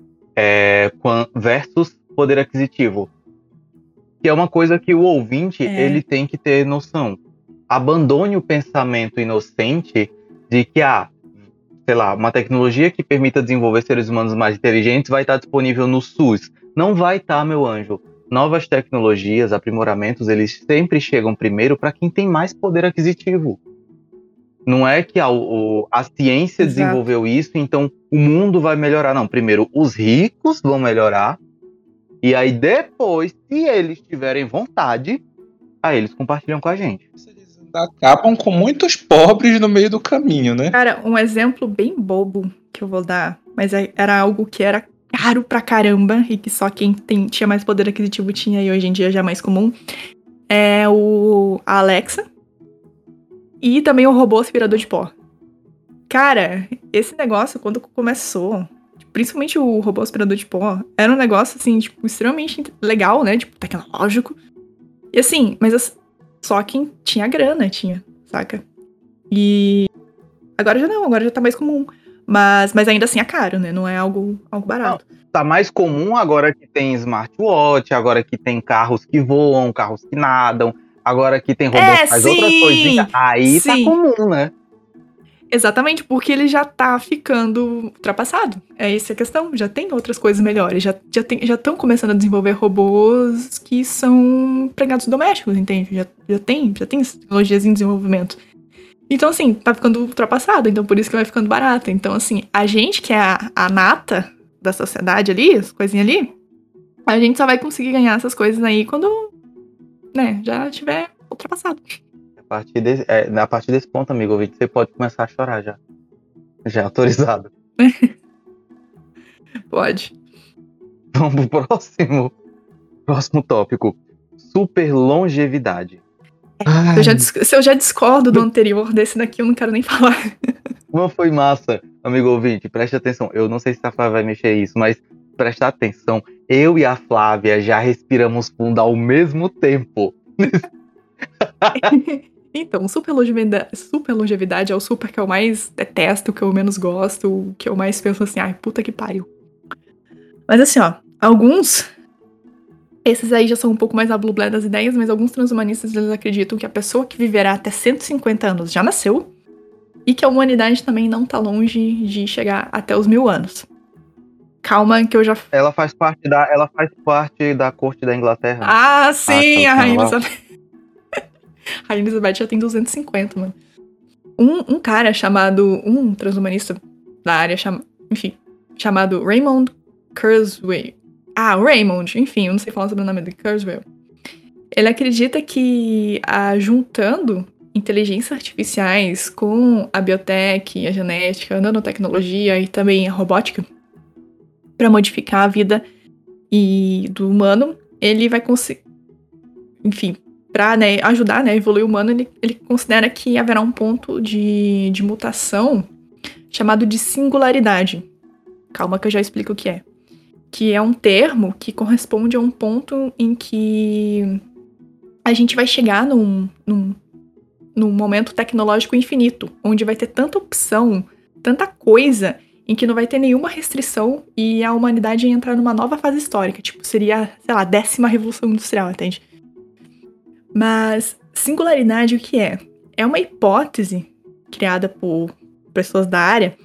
versus poder aquisitivo. Que é uma coisa que o ouvinte, ele tem que ter noção. Abandone o pensamento inocente de que, sei lá, uma tecnologia que permita desenvolver seres humanos mais inteligentes vai estar disponível no SUS. Não vai estar, meu anjo. Novas tecnologias, aprimoramentos, eles sempre chegam primeiro para quem tem mais poder aquisitivo. Não é que a ciência desenvolveu isso, então o mundo vai melhorar. Não, primeiro os ricos vão melhorar, e aí depois, se eles tiverem vontade, aí eles compartilham com a gente. Eles acabam com muitos pobres no meio do caminho, né? Cara, um exemplo bem bobo que eu vou dar, mas era algo que era caro pra caramba e que só quem tinha mais poder aquisitivo tinha, e hoje em dia já é mais comum, é a Alexa e também o robô aspirador de pó. Cara, esse negócio, quando começou, principalmente o robô aspirador de pó, era um negócio, assim, tipo, extremamente legal, né? Tipo, tecnológico. E assim, mas só quem tinha grana tinha, saca? E agora já não, agora já tá mais comum. Mas ainda assim é caro, né? Não é algo barato. Não, tá mais comum agora que tem smartwatch, agora que tem carros que voam, carros que nadam, agora que tem robôs que faz outras coisas. Aí tá comum, né? Exatamente, porque ele já tá ficando ultrapassado. É essa a questão. Já tem outras coisas melhores. Já estão começando a desenvolver robôs que são empregados domésticos, entende? Já tem tecnologias em desenvolvimento. Então, assim, tá ficando ultrapassado. Então, por isso que vai ficando barato. Então, assim, a gente que é a nata da sociedade ali, as coisinhas ali, a gente só vai conseguir ganhar essas coisas aí quando, né, já tiver ultrapassado. A partir desse ponto, amigo ouvinte, você pode começar a chorar já. Já é autorizado. Pode. Vamos pro próximo tópico. Super longevidade. Se eu já discordo do anterior, desse daqui eu não quero nem falar. Como foi massa, amigo ouvinte, preste atenção. Eu não sei se a Flávia vai mexer isso, mas presta atenção. Eu e a Flávia já respiramos fundo ao mesmo tempo. Então, super longevidade é o super que eu mais detesto, o que eu menos gosto, o que eu mais penso assim, ai, puta que pariu. Mas assim, ó, esses aí já são um pouco mais a blublé das ideias, mas alguns transhumanistas, eles acreditam que a pessoa que viverá até 150 anos já nasceu e que a humanidade também não tá longe de chegar até os 1000 anos. Calma que eu já... Ela faz parte da corte da Inglaterra. Ah, sim, a Rainha Elizabeth. A Rainha Elizabeth já tem 250, mano. Um cara chamado... Um transhumanista da área, chamado Raymond Kurzweil. O Raymond, enfim, eu não sei falar sobre o nome dele, Kurzweil. Ele acredita que juntando inteligências artificiais com a biotech, a genética, a nanotecnologia e também a robótica para modificar a vida do humano, ele vai conseguir... Enfim, para ajudar a evoluir o humano, ele considera que haverá um ponto de mutação chamado de singularidade. Calma que eu já explico o que é. Que é um termo que corresponde a um ponto em que a gente vai chegar num momento tecnológico infinito, onde vai ter tanta opção, tanta coisa, em que não vai ter nenhuma restrição e a humanidade ia entrar numa nova fase histórica. Tipo, seria, sei lá, a 10ª Revolução Industrial, entende? Mas singularidade o que é? É uma hipótese criada por pessoas da área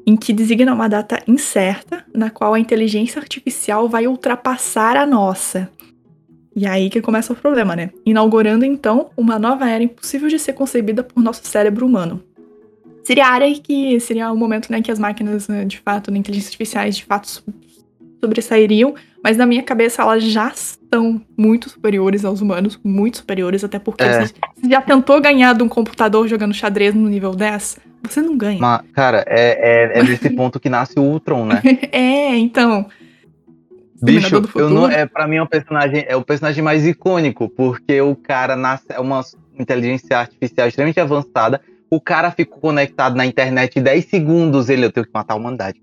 em que designa uma data incerta, na qual a inteligência artificial vai ultrapassar a nossa. E aí que começa o problema, né? Inaugurando, então, uma nova era impossível de ser concebida por nosso cérebro humano. Seria a área que seria o momento, né, que as máquinas, de fato, né, inteligências artificiais, de fato, sobressairiam, mas na minha cabeça elas já são muito superiores aos humanos, muito superiores, até porque você já tentou ganhar de um computador jogando xadrez no nível 10? Você não ganha. Mas, cara, é nesse ponto que nasce o Ultron, né? Então... Bicho, do futuro. pra mim é o personagem mais icônico, porque o cara é uma inteligência artificial extremamente avançada, o cara ficou conectado na internet 10 segundos, eu tenho que matar a humanidade.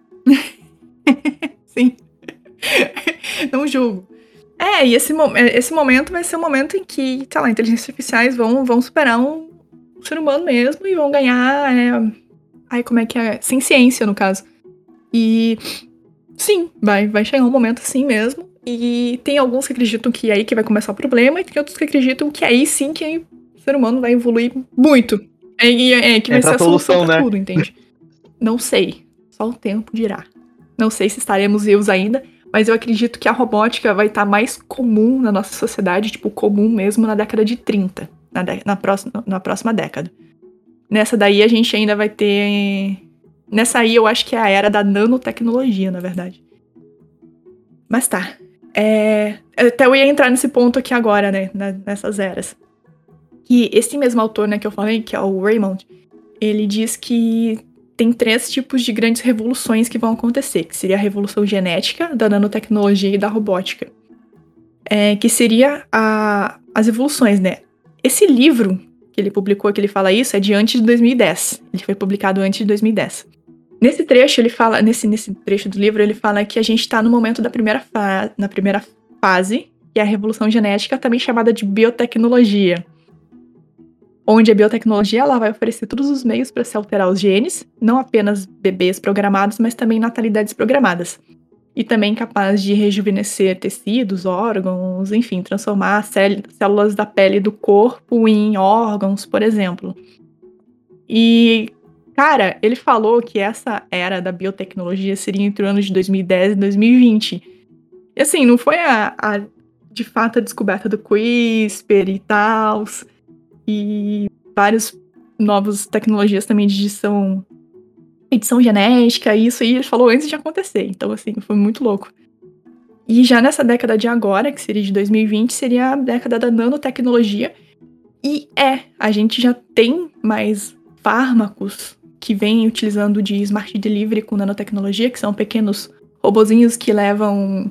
Sim. Não julgo. E esse momento vai ser o momento em que, sei lá, inteligências artificiais vão superar um ser humano mesmo e vão ganhar, como é que é? Sem ciência, no caso. E... sim, vai chegar um momento assim mesmo. E tem alguns que acreditam que é aí que vai começar o problema, e tem outros que acreditam que aí sim que o ser humano vai evoluir muito. Que vai ser a solução pra tudo, entende? Não sei. Só o tempo dirá. Não sei se estaremos vivos ainda, mas eu acredito que a robótica vai estar mais comum na nossa sociedade, tipo, comum mesmo na década de 30, na próxima década. Nessa daí a gente ainda vai ter... Nessa aí eu acho que é a era da nanotecnologia, na verdade. Mas tá. Até eu ia entrar nesse ponto aqui agora, né? Nessas eras. Que esse mesmo autor, né, que eu falei, que é o Raymond, ele diz que tem 3 tipos de grandes revoluções que vão acontecer, que seria a revolução genética, da nanotecnologia e da robótica. Que seria as evoluções, né? Esse livro que ele publicou, que ele fala isso, é de antes de 2010. Ele foi publicado antes de 2010. Nesse trecho, ele fala, nesse trecho do livro, ele fala que a gente está no momento da primeira fase, que é a revolução genética, também chamada de biotecnologia. Onde a biotecnologia ela vai oferecer todos os meios para se alterar os genes, não apenas bebês programados, mas também natalidades programadas. E também capaz de rejuvenescer tecidos, órgãos, enfim, transformar células da pele do corpo em órgãos, por exemplo. E, cara, ele falou que essa era da biotecnologia seria entre os anos de 2010 e 2020. E assim, não foi de fato a descoberta do CRISPR e tal, e várias novas tecnologias também de edição genética, isso aí ele falou antes de acontecer. Então, assim, foi muito louco. E já nessa década de agora, que seria de 2020, seria a década da nanotecnologia. E a gente já tem mais fármacos que vêm utilizando de Smart Delivery com nanotecnologia, que são pequenos robozinhos que levam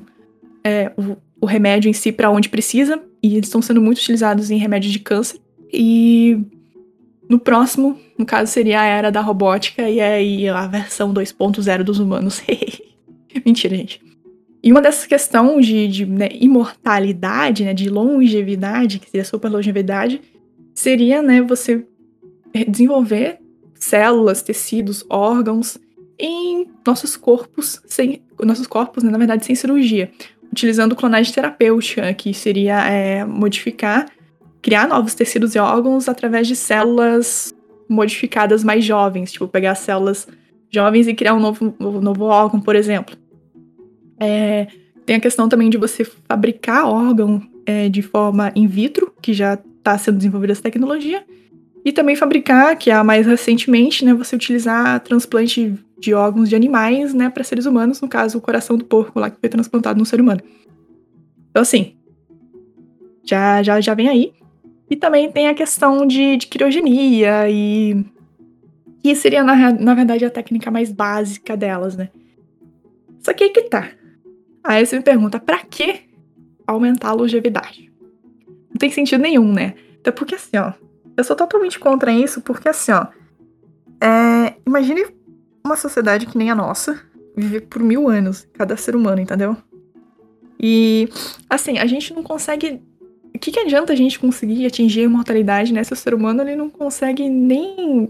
o remédio em si para onde precisa. E eles estão sendo muito utilizados em remédios de câncer. E no próximo, no caso, seria a era da robótica e aí a versão 2.0 dos humanos. Mentira, gente. E uma dessas questões de imortalidade, né, de longevidade, que seria super longevidade, seria, né, você desenvolver células, tecidos, órgãos em nossos corpos, né, na verdade, sem cirurgia, utilizando clonagem terapêutica, que seria criar novos tecidos e órgãos através de células modificadas mais jovens, tipo, pegar células jovens e criar um novo órgão, por exemplo. Tem a questão também de você fabricar órgão de forma in vitro, que já está sendo desenvolvida essa tecnologia, e também fabricar, que é mais recentemente, né, você utilizar transplante de órgãos de animais, né, para seres humanos, no caso, o coração do porco lá que foi transplantado num ser humano. Então, assim, já vem aí. E também tem a questão de criogenia e que seria, na verdade, a técnica mais básica delas, né? Só que aí que tá. Aí você me pergunta, pra que aumentar a longevidade? Não tem sentido nenhum, né? Até porque, assim, ó, eu sou totalmente contra isso, porque, assim, ó, imagine uma sociedade que nem a nossa, viver por 1000 anos, cada ser humano, entendeu? E, assim, a gente não consegue... O que adianta a gente conseguir atingir a imortalidade, né? Se o ser humano ele não consegue nem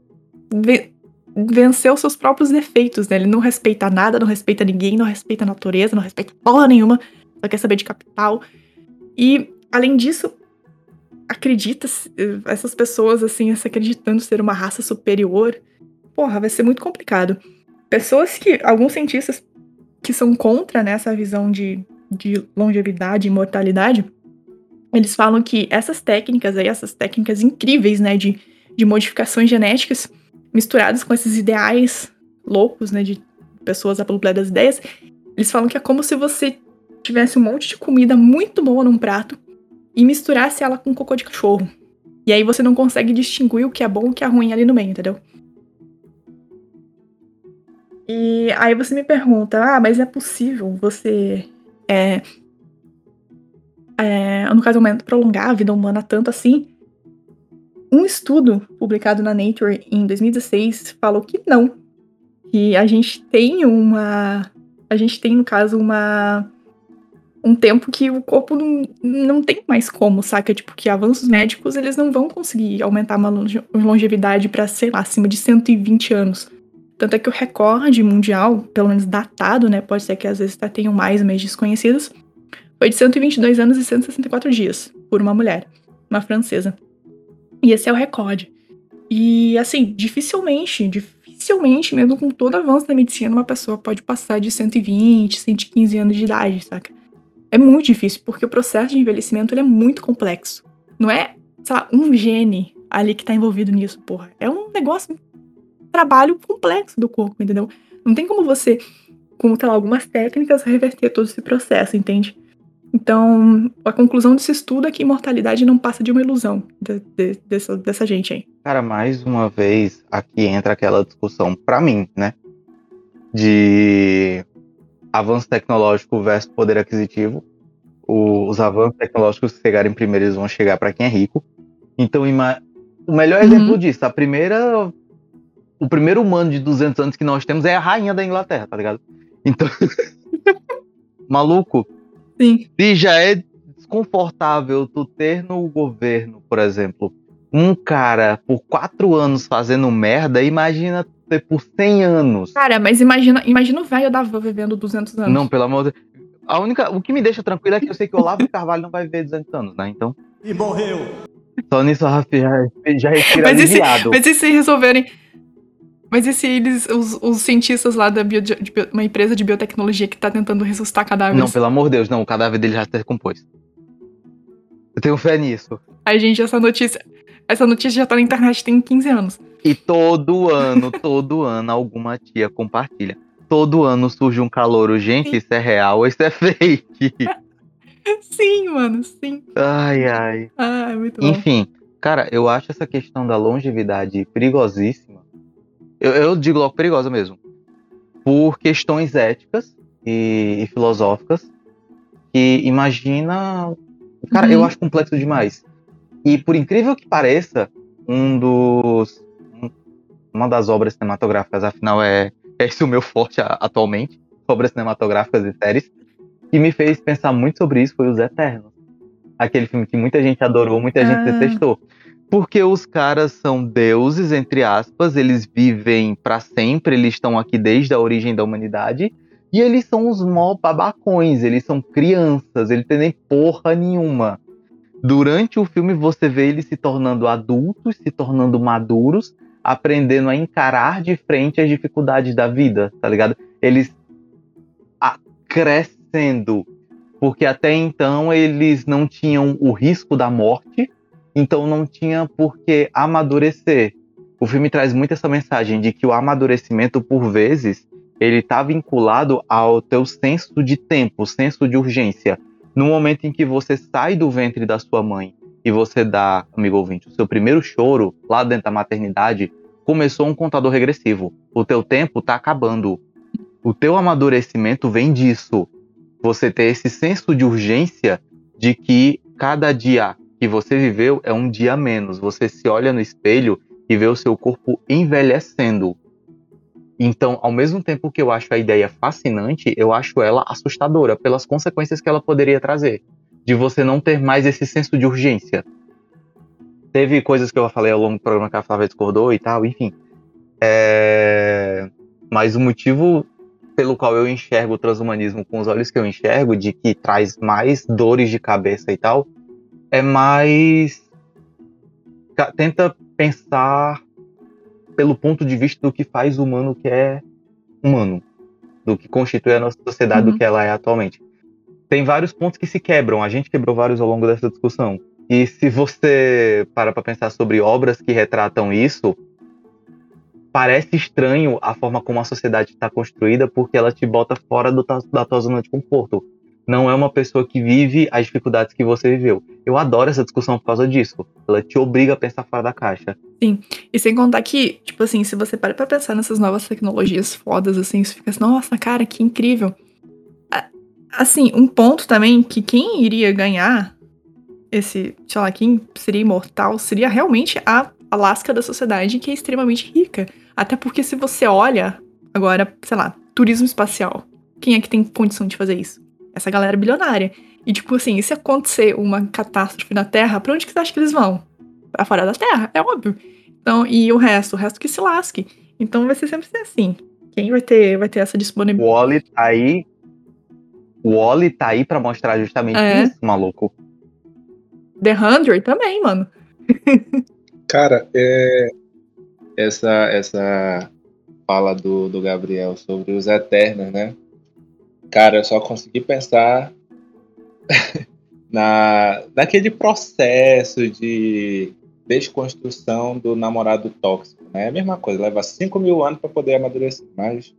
vencer os seus próprios defeitos, né? Ele não respeita nada, não respeita ninguém, não respeita a natureza, não respeita porra nenhuma, só quer saber de capital. E, além disso, essas pessoas, assim, se acreditando ser uma raça superior, porra, vai ser muito complicado. Alguns cientistas que são contra, né, essa visão de longevidade e imortalidade, eles falam que essas técnicas incríveis, né, de modificações genéticas, misturadas com esses ideais loucos, né, de pessoas a pelo plano das ideias, eles falam que é como se você tivesse um monte de comida muito boa num prato e misturasse ela com cocô de cachorro. E aí você não consegue distinguir o que é bom e o que é ruim ali no meio, entendeu? E aí você me pergunta, mas é possível você, no caso, prolongar a vida humana tanto assim? Um estudo publicado na Nature em 2016 falou que não. Que a gente tem, no caso, um tempo que o corpo não tem mais como, saca? Tipo, que avanços médicos, eles não vão conseguir aumentar uma longevidade pra, sei lá, acima de 120 anos. Tanto é que o recorde mundial, pelo menos datado, né? Pode ser que às vezes tenham mais desconhecidos, foi de 122 anos e 164 dias, por uma mulher, uma francesa. E esse é o recorde. E, assim, dificilmente, mesmo com todo avanço da medicina, uma pessoa pode passar de 120, 115 anos de idade, saca? É muito difícil, porque o processo de envelhecimento ele é muito complexo. Não é, sei lá, um gene ali que tá envolvido nisso, porra. É um negócio, um trabalho complexo do corpo, entendeu? Não tem como você, com, sei lá, algumas técnicas, reverter todo esse processo, entende? Então, a conclusão desse estudo é que imortalidade não passa de uma ilusão dessa gente aí. Cara, mais uma vez, aqui entra aquela discussão, pra mim, né? De avanço tecnológico versus poder aquisitivo. Os avanços tecnológicos que chegarem primeiro, eles vão chegar pra quem é rico. Então, o melhor exemplo disso, o primeiro humano de 200 anos que nós temos é a rainha da Inglaterra, tá ligado? Então, maluco, sim. Se já é desconfortável tu ter no governo, por exemplo, um cara por 4 anos fazendo merda, imagina ter por 100 anos. Cara, mas imagina o velho da van vivendo 200 anos. Não, pelo amor de Deus. O que me deixa tranquilo é que eu sei que o Olavo de Carvalho não vai viver 200 anos, né? Então. E morreu. Só nisso já respira aliviado. Mas e se resolverem. Mas e se os cientistas lá uma empresa de biotecnologia que tá tentando ressuscitar cadáveres? Não, pelo amor de Deus, não. O cadáver dele já se decompôs. Eu tenho fé nisso. Aí, gente, essa notícia já tá na internet tem 15 anos. E todo ano, alguma tia compartilha. Todo ano surge um calouro. Gente, Sim. Isso é real ou isso é fake? Sim, mano, sim. Ai. Muito bom. Enfim, cara, eu acho essa questão da longevidade perigosíssima. Eu digo logo perigosa mesmo. Por questões éticas e filosóficas. Que imagina... Cara, eu acho complexo demais. E por incrível que pareça, uma das obras cinematográficas, afinal é esse o meu forte atualmente, obras cinematográficas e séries, que me fez pensar muito sobre isso foi Os Eternos. Aquele filme que muita gente adorou, muita gente detestou. Porque os caras são deuses, entre aspas, eles vivem pra sempre, eles estão aqui desde a origem da humanidade, e eles são os mó babacões, eles são crianças, eles têm nem porra nenhuma. Durante o filme você vê eles se tornando adultos, se tornando maduros, aprendendo a encarar de frente as dificuldades da vida, tá ligado? Eles crescendo, porque até então eles não tinham o risco da morte, então não tinha por que amadurecer. O filme traz muito essa mensagem de que o amadurecimento, por vezes, ele tá vinculado ao teu senso de tempo, senso de urgência. No momento em que você sai do ventre da sua mãe e você dá, amigo ouvinte, o seu primeiro choro lá dentro da maternidade, começou um contador regressivo. O teu tempo tá acabando. O teu amadurecimento vem disso. Você ter esse senso de urgência de que cada dia que você viveu é um dia a menos. Você se olha no espelho e vê o seu corpo envelhecendo. Então, ao mesmo tempo que eu acho a ideia fascinante, eu acho ela assustadora pelas consequências que ela poderia trazer. De você não ter mais esse senso de urgência. Teve coisas que eu falei ao longo do programa que a Flávia discordou e tal, enfim. Mas o motivo pelo qual eu enxergo o transhumanismo com os olhos que eu enxergo, de que traz mais dores de cabeça e tal, é mais... Tenta pensar pelo ponto de vista do que faz o humano que é humano, do que constitui a nossa sociedade, do que ela é atualmente. Tem vários pontos que se quebram, a gente quebrou vários ao longo dessa discussão. E se você para pra pensar sobre obras que retratam isso, parece estranho a forma como a sociedade está construída, porque ela te bota fora da tua zona de conforto. Não é uma pessoa que vive as dificuldades que você viveu. Eu adoro essa discussão por causa disso. Ela te obriga a pensar fora da caixa. Sim. E sem contar que, tipo assim, se você para pra pensar nessas novas tecnologias fodas, assim, você fica assim, nossa, cara, que incrível. Assim, um ponto também que quem iria ganhar esse, sei lá, quem seria imortal seria realmente a lasca da sociedade, que é extremamente rica. Até porque se você olha agora, sei lá, turismo espacial, quem é que tem condição de fazer isso? Essa galera bilionária. E tipo assim, se acontecer uma catástrofe na Terra, pra onde que você acha que eles vão? Pra fora da Terra, é óbvio. Então, e o resto que se lasque. Então vai ser sempre assim. Quem vai ter essa disponibilidade? O Wall-E tá aí pra mostrar justamente isso, maluco. The 100 também, mano. Cara, essa fala do Gabriel sobre os Eternos, né? Cara, eu só consegui pensar naquele processo de desconstrução do namorado tóxico, né? É a mesma coisa, leva 5.000 anos pra poder amadurecer, mas...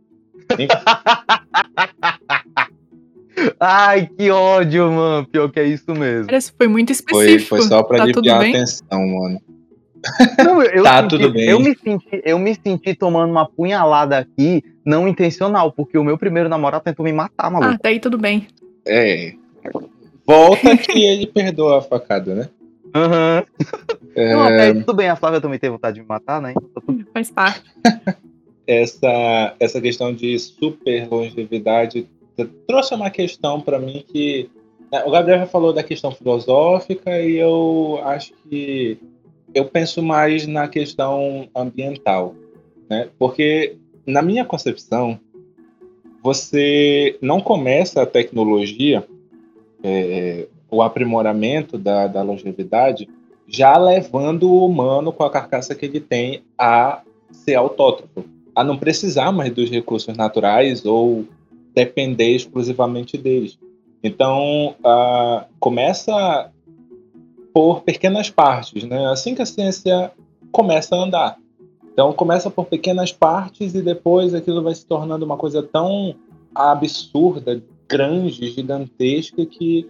Ai, que ódio, mano. Pior que é isso mesmo. Isso foi muito específico. Foi só pra Tá tudo aliviar a bem? tensão, mano. Não, Tudo bem. Eu me senti tomando uma punhalada aqui, não intencional, porque o meu primeiro namorado tentou me matar, maluco. Daí tudo bem. Volta que ele perdoa a facada, né? Aham. Não, tudo bem, a Flávia também tem vontade de me matar, né? Faz parte. Essa questão de super longevidade trouxe uma questão para mim que... O Gabriel já falou da questão filosófica e eu acho que eu penso mais na questão ambiental, né? Porque, na minha concepção, você não começa a tecnologia, o aprimoramento da longevidade, já levando o humano com a carcaça que ele tem a ser autótrofo, a não precisar mais dos recursos naturais ou depender exclusivamente deles. Então, começa por pequenas partes, né? Assim que a ciência começa a andar. Então, começa por pequenas partes e depois aquilo vai se tornando uma coisa tão absurda, grande, gigantesca, que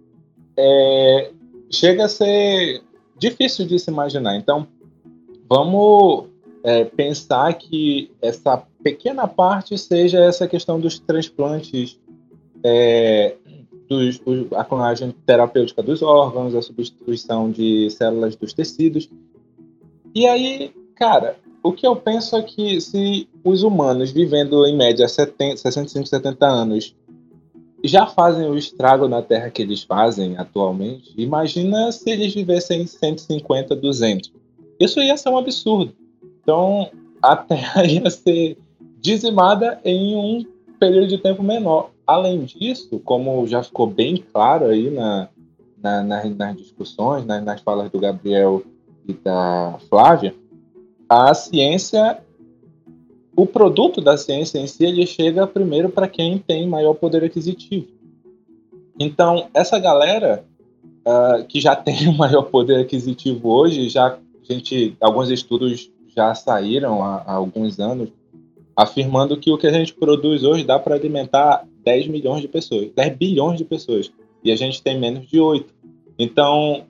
chega a ser difícil de se imaginar. Então, vamos pensar que essa pequena parte seja essa questão dos transplantes, a clonagem terapêutica dos órgãos, a substituição de células dos tecidos. E aí, cara, o que eu penso é que se os humanos vivendo em média 65, 70 anos já fazem o estrago na Terra que eles fazem atualmente, imagina se eles vivessem 150, 200. Isso ia ser um absurdo. Então, a Terra ia ser dizimada em um período de tempo menor. Além disso, como já ficou bem claro aí nas discussões, nas falas do Gabriel e da Flávia, a ciência, o produto da ciência em si, ele chega primeiro para quem tem maior poder aquisitivo. Então, essa galera que já tem o maior poder aquisitivo hoje, alguns estudos já saíram há alguns anos, afirmando que o que a gente produz hoje dá para alimentar 10 milhões de pessoas, 10 bilhões de pessoas, e a gente tem menos de 8. Então,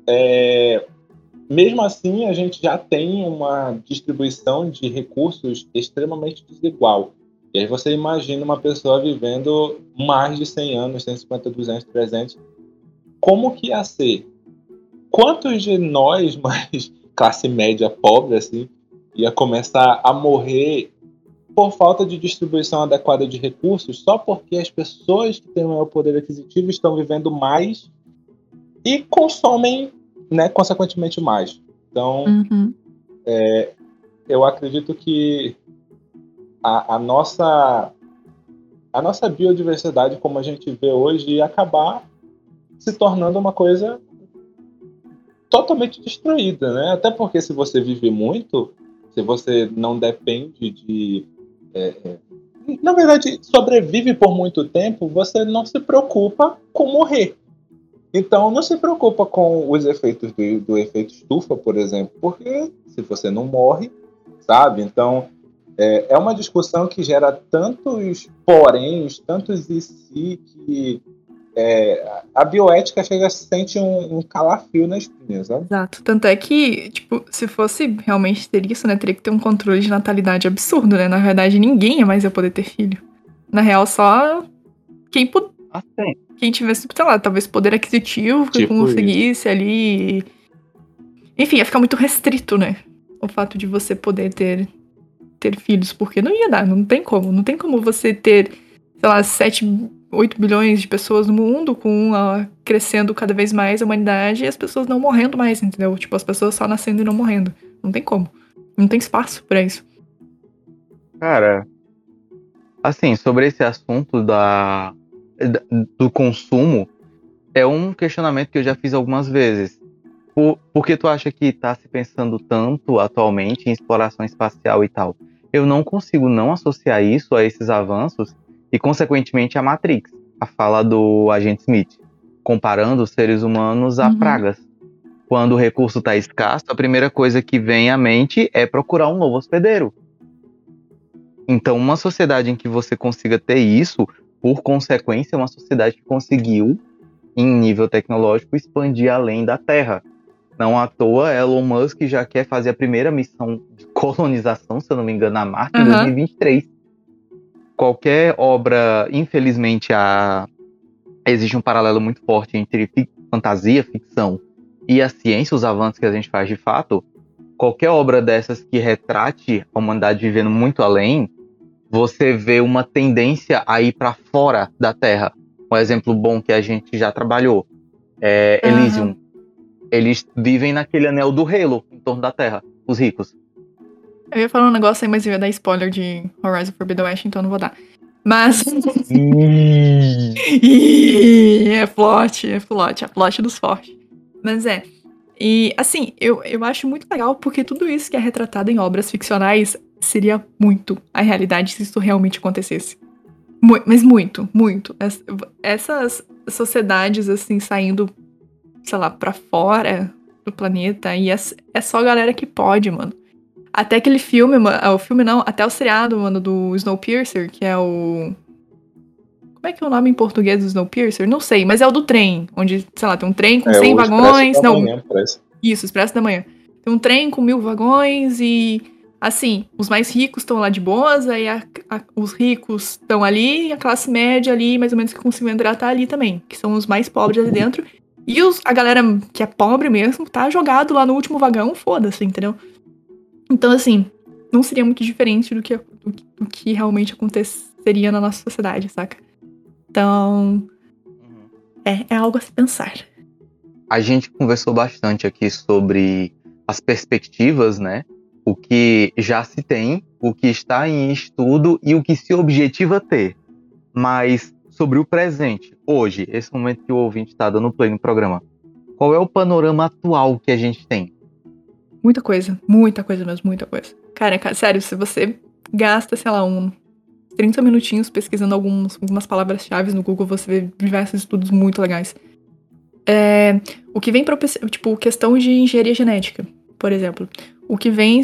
mesmo assim, a gente já tem uma distribuição de recursos extremamente desigual. E aí você imagina uma pessoa vivendo mais de 100 anos, 150, 200, 300, como que ia ser? Quantos de nós, mais classe média pobre, assim, ia começar a morrer por falta de distribuição adequada de recursos, só porque as pessoas que têm o maior poder aquisitivo estão vivendo mais e consomem, né, consequentemente mais. Então, eu acredito que a nossa biodiversidade, como a gente vê hoje, ia acabar se tornando uma coisa totalmente destruída, né? Até porque se você vive muito, se você não depende de... na verdade, sobrevive por muito tempo, você não se preocupa com morrer. Então, não se preocupa com os efeitos do efeito estufa, por exemplo, porque se você não morre, sabe? Então, é uma discussão que gera tantos poréns, tantos e si, que a bioética chega a se sente um calafrio na espinha, sabe? Exato. Tanto é que, tipo, se fosse realmente ter isso, né, teria que ter um controle de natalidade absurdo, né? Na verdade, ninguém mais ia poder ter filho. Na real, só quem tivesse, sei lá, talvez poder aquisitivo, que Tipo conseguisse ali. Enfim, ia ficar muito restrito, né? O fato de você poder ter filhos, porque não ia dar, não tem como. Não tem como você ter, sei lá, 8 bilhões de pessoas no mundo, crescendo cada vez mais a humanidade e as pessoas não morrendo mais, entendeu? Tipo, as pessoas só nascendo e não morrendo. Não tem como. Não tem espaço pra isso. Cara, assim, sobre esse assunto do consumo, é um questionamento que eu já fiz algumas vezes. Por que tu acha que tá se pensando tanto atualmente em exploração espacial e tal? Eu não consigo não associar isso a esses avanços e, consequentemente, a Matrix, a fala do agente Smith, comparando os seres humanos a pragas. Quando o recurso tá escasso, a primeira coisa que vem à mente é procurar um novo hospedeiro. Então, uma sociedade em que você consiga ter isso, por consequência, é uma sociedade que conseguiu, em nível tecnológico, expandir além da Terra. Não à toa, Elon Musk já quer fazer a primeira missão de colonização, se eu não me engano, na Marte, em 2023. Qualquer obra, infelizmente, existe um paralelo muito forte entre fantasia, ficção e a ciência, os avanços que a gente faz de fato. Qualquer obra dessas que retrate a humanidade vivendo muito além, você vê uma tendência a ir para fora da Terra. Um exemplo bom que a gente já trabalhou é Elysium. Eles vivem naquele anel do Halo, em torno da Terra, os ricos. Eu ia falar um negócio aí, mas eu ia dar spoiler de Horizon Forbidden West, então não vou dar. Mas... é plot, a plot dos fortes. Mas e assim, eu acho muito legal, porque tudo isso que é retratado em obras ficcionais seria muito a realidade se isso realmente acontecesse. Mas muito, muito. Essas sociedades, assim, saindo, sei lá, pra fora do planeta, e é só a galera que pode, mano. Até aquele filme, o filme não, até o seriado, mano, do Snowpiercer, que é o... Como é que é o nome em português do Snowpiercer? Não sei, mas é o do trem, onde, sei lá, tem um trem com 100 vagões... Não, manhã, isso, Expresso da Manhã. Tem um trem com 1000 vagões e, assim, os mais ricos estão lá de boas, aí os ricos estão ali, e a classe média ali, mais ou menos, que conseguiu entrar, tá ali também, que são os mais pobres ali dentro. E a galera que é pobre mesmo tá jogado lá no último vagão, foda-se, entendeu? Então, assim, não seria muito diferente do que realmente aconteceria na nossa sociedade, saca? Então, é algo a se pensar. A gente conversou bastante aqui sobre as perspectivas, né? O que já se tem, o que está em estudo e o que se objetiva ter. Mas sobre o presente, hoje, esse momento que o ouvinte está dando play no programa, qual é o panorama atual que a gente tem? Muita coisa mesmo, muita coisa. Cara, sério, se você gasta, sei lá, 30 minutinhos pesquisando algumas palavras-chave no Google, você vê diversos estudos muito legais. O que vem para, tipo, questão de engenharia genética, por exemplo. O que vem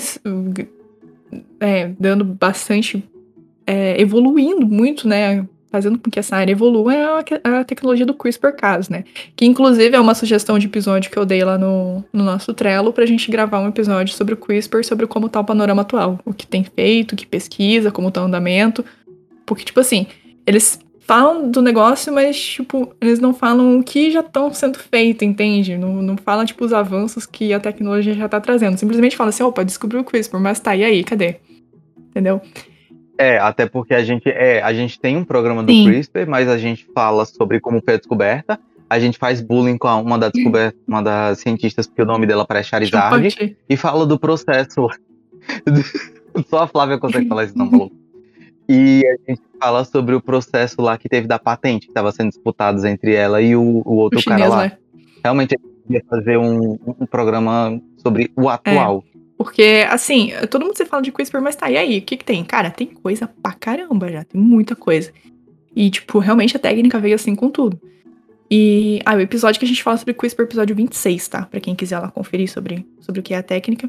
dando bastante, evoluindo muito, né, fazendo com que essa área evolua, é a tecnologia do CRISPR-Cas, né? Que, inclusive, é uma sugestão de episódio que eu dei lá no nosso Trello pra gente gravar um episódio sobre o CRISPR, sobre como tá o panorama atual. O que tem feito, o que pesquisa, como tá o andamento. Porque, tipo assim, eles falam do negócio, mas, tipo, eles não falam o que já estão sendo feito, entende? Não falam, tipo, os avanços que a tecnologia já tá trazendo. Simplesmente fala assim, opa, descobriu o CRISPR, mas tá, e aí, cadê? Entendeu? Até porque a gente tem um programa do CRISPR, mas a gente fala sobre como foi a descoberta. A gente faz bullying com uma das cientistas, porque o nome dela parece Charizard, e fala do processo. Só a Flávia consegue falar esse nome, maluco. E a gente fala sobre o processo lá que teve da patente, que estava sendo disputado entre ela e o outro cara lá. Né? Realmente, a gente ia fazer um programa sobre o atual. Porque, assim, todo mundo se fala de CRISPR, mas tá, e aí? O que tem? Cara, tem coisa pra caramba já, tem muita coisa. E, tipo, realmente a técnica veio assim com tudo. E, o episódio que a gente fala sobre CRISPR é o episódio 26, tá? Pra quem quiser lá conferir sobre o que é a técnica.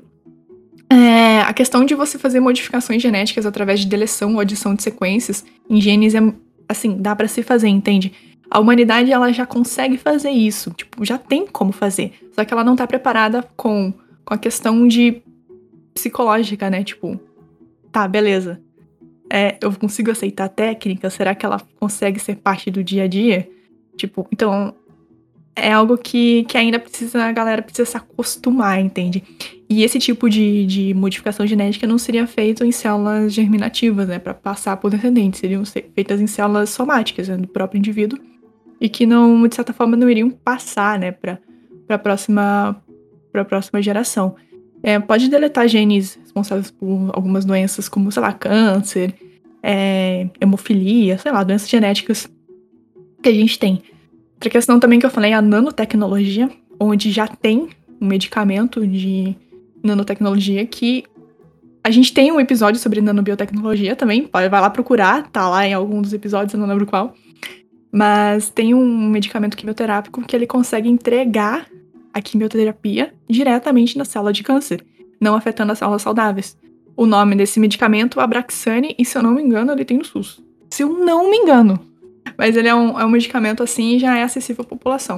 A questão de você fazer modificações genéticas através de deleção ou adição de sequências em genes assim, dá pra se fazer, entende? A humanidade, ela já consegue fazer isso, tipo, já tem como fazer. Só que ela não tá preparada com a questão de psicológica, né? Tipo, tá, beleza. Eu consigo aceitar a técnica? Será que ela consegue ser parte do dia a dia? Tipo, então, é algo que ainda a galera precisa se acostumar, entende? E esse tipo de modificação genética não seria feito em células germinativas, né? Pra passar por descendentes. Seriam feitas em células somáticas, né, do próprio indivíduo. E que não, de certa forma, não iriam passar, né, pra próxima geração. Pode deletar genes responsáveis por algumas doenças como, sei lá, câncer, hemofilia, sei lá, doenças genéticas que a gente tem. Outra questão também que eu falei é a nanotecnologia, onde já tem um medicamento de nanotecnologia que a gente tem um episódio sobre nanobiotecnologia também, vai lá procurar, tá lá em algum dos episódios, eu não lembro qual. Mas tem um medicamento quimioterápico que ele consegue entregar a quimioterapia diretamente na célula de câncer, não afetando as células saudáveis. O nome desse medicamento é Abraxane, e se eu não me engano, ele tem no SUS. Se eu não me engano. Mas ele é um medicamento assim e já é acessível à população.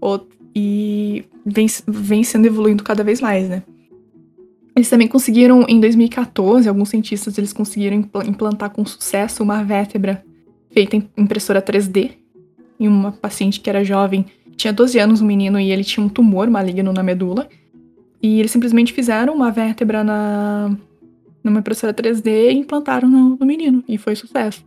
E vem sendo evoluindo cada vez mais, né? Eles também conseguiram, em 2014, alguns cientistas eles conseguiram implantar com sucesso uma vértebra feita em impressora 3D em uma paciente que era jovem, tinha 12 anos, um menino, e ele tinha um tumor maligno na medula. E eles simplesmente fizeram uma vértebra numa impressora 3D e implantaram no menino, e foi sucesso.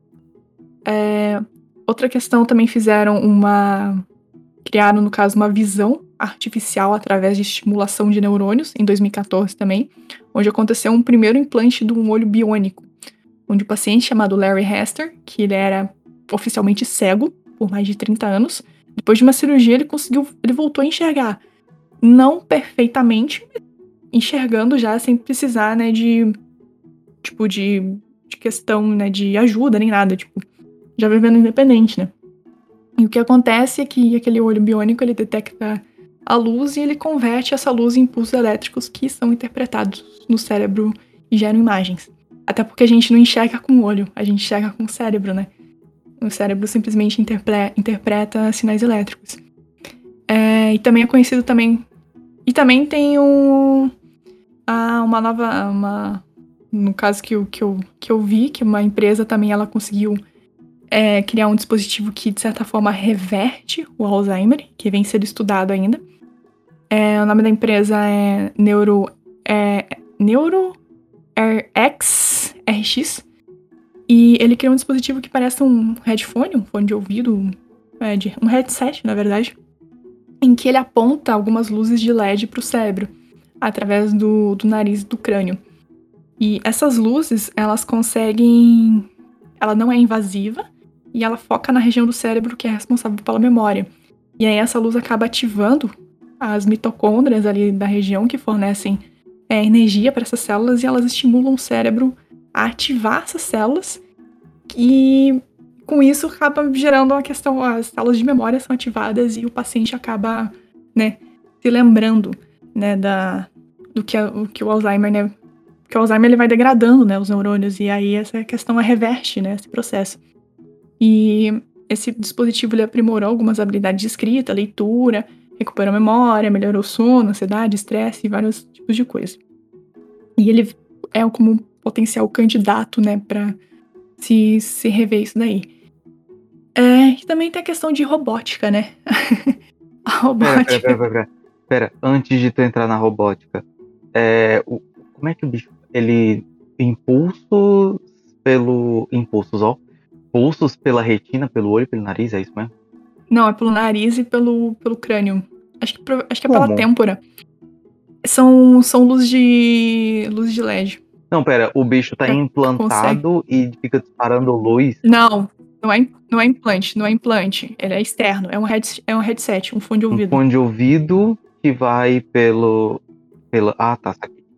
Outra questão, também criaram, no caso, uma visão artificial através de estimulação de neurônios, em 2014 também, onde aconteceu um primeiro implante de um olho biônico, onde o paciente chamado Larry Hester, que ele era oficialmente cego por mais de 30 anos, depois de uma cirurgia ele voltou a enxergar. Não perfeitamente, enxergando já sem precisar, né, de questão, né, de ajuda nem nada, tipo, já vivendo independente, né. E o que acontece é que aquele olho biônico, ele detecta a luz e ele converte essa luz em impulsos elétricos que são interpretados no cérebro e geram imagens. Até porque a gente não enxerga com o olho, a gente enxerga com o cérebro, né? O cérebro simplesmente interpreta sinais elétricos. E também é conhecido também... E também tem uma nova... no caso que eu vi, que uma empresa também ela conseguiu criar um dispositivo que, de certa forma, reverte o Alzheimer, que vem sendo estudado ainda. O nome da empresa é NeuroRx. E ele criou um dispositivo que parece um headphone, um fone de ouvido, um headset, na verdade, em que ele aponta algumas luzes de LED para o cérebro, através do nariz e do crânio. E essas luzes, elas conseguem... Ela não é invasiva, e ela foca na região do cérebro que é responsável pela memória. E aí essa luz acaba ativando as mitocôndrias ali da região que fornecem energia para essas células, e elas estimulam o cérebro a ativar essas células, e com isso acaba gerando uma questão, as células de memória são ativadas e o paciente acaba, né, se lembrando, né, do que o Alzheimer, né, porque o Alzheimer ele vai degradando, né, os neurônios, e aí essa questão reverte, né, esse processo. E esse dispositivo ele aprimorou algumas habilidades de escrita, leitura, recuperou a memória, melhorou o sono, ansiedade, estresse e vários tipos de coisa. E ele é como um potencial candidato, né, pra se rever isso daí. E também tem a questão de robótica, né? A robótica. Pera, antes de tu entrar na robótica, como é que o bicho... Ele... Pulsos pela retina, pelo olho, pelo nariz, é isso mesmo? Não, é pelo nariz e pelo crânio. Acho que é Como? pela têmpora. São luzes de LED. Não, pera, o bicho tá implantado e fica disparando luz? Não é implante. Ele é externo, é um headset, um fone de ouvido. Um fone de ouvido que vai pela... Ah, tá aqui.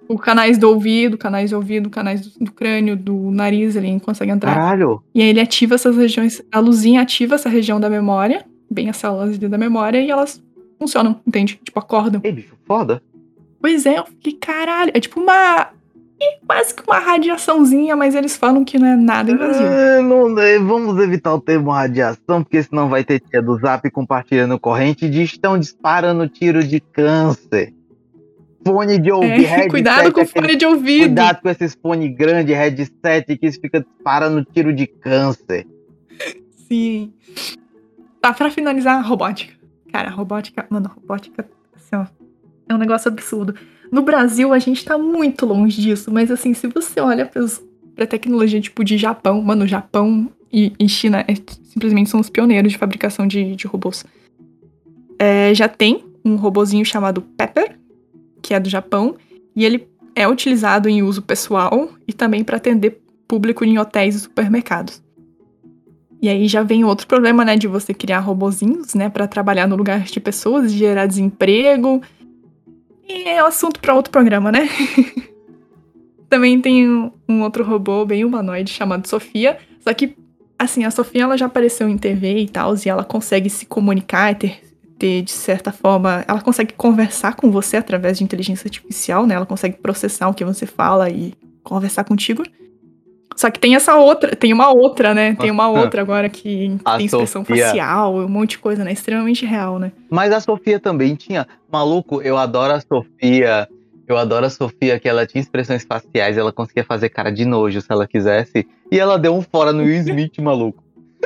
Os canais do ouvido, canais do crânio, do nariz, ele consegue entrar. Caralho! E aí ele ativa essas regiões, a luzinha ativa essa região da memória, bem as células ali da memória, e elas funcionam, entende? Tipo, acordam. Ei, bicho, foda. Pois é, eu fiquei, caralho, é tipo quase que uma radiaçãozinha, mas eles falam que não é nada invasivo. Vamos evitar o termo radiação, porque senão vai ter tia do Zap compartilhando corrente de estão disparando tiro de câncer. Fone de ouvido, headset. Cuidado com o fone de ouvido. Cuidado com esses fone grande, headset, que isso fica disparando tiro de câncer. Sim. Tá, pra finalizar, robótica. Cara, robótica, assim, ó, é um negócio absurdo. No Brasil, a gente tá muito longe disso, mas assim, se você olha pra tecnologia tipo de Japão, mano, Japão e China simplesmente são os pioneiros de fabricação de robôs. Já tem um robozinho chamado Pepper, que é do Japão, e ele é utilizado em uso pessoal e também para atender público em hotéis e supermercados. E aí já vem outro problema, né, de você criar robozinhos, né, para trabalhar no lugar de pessoas, gerar desemprego. E é um assunto para outro programa, né? Também tem um outro robô bem humanoide chamado Sofia, só que, assim, a Sofia ela já apareceu em TV e tal, e ela consegue se comunicar e ter, de certa forma, ela consegue conversar com você através de inteligência artificial, né? Ela consegue processar o que você fala e conversar contigo. Só que tem uma outra, né? Tem uma outra agora que tem expressão facial, um monte de coisa, né? Extremamente real, né? Mas a Sofia também tinha. Maluco, eu adoro a Sofia. Eu adoro a Sofia, que ela tinha expressões faciais, ela conseguia fazer cara de nojo se ela quisesse. E ela deu um fora no Will Smith, maluco.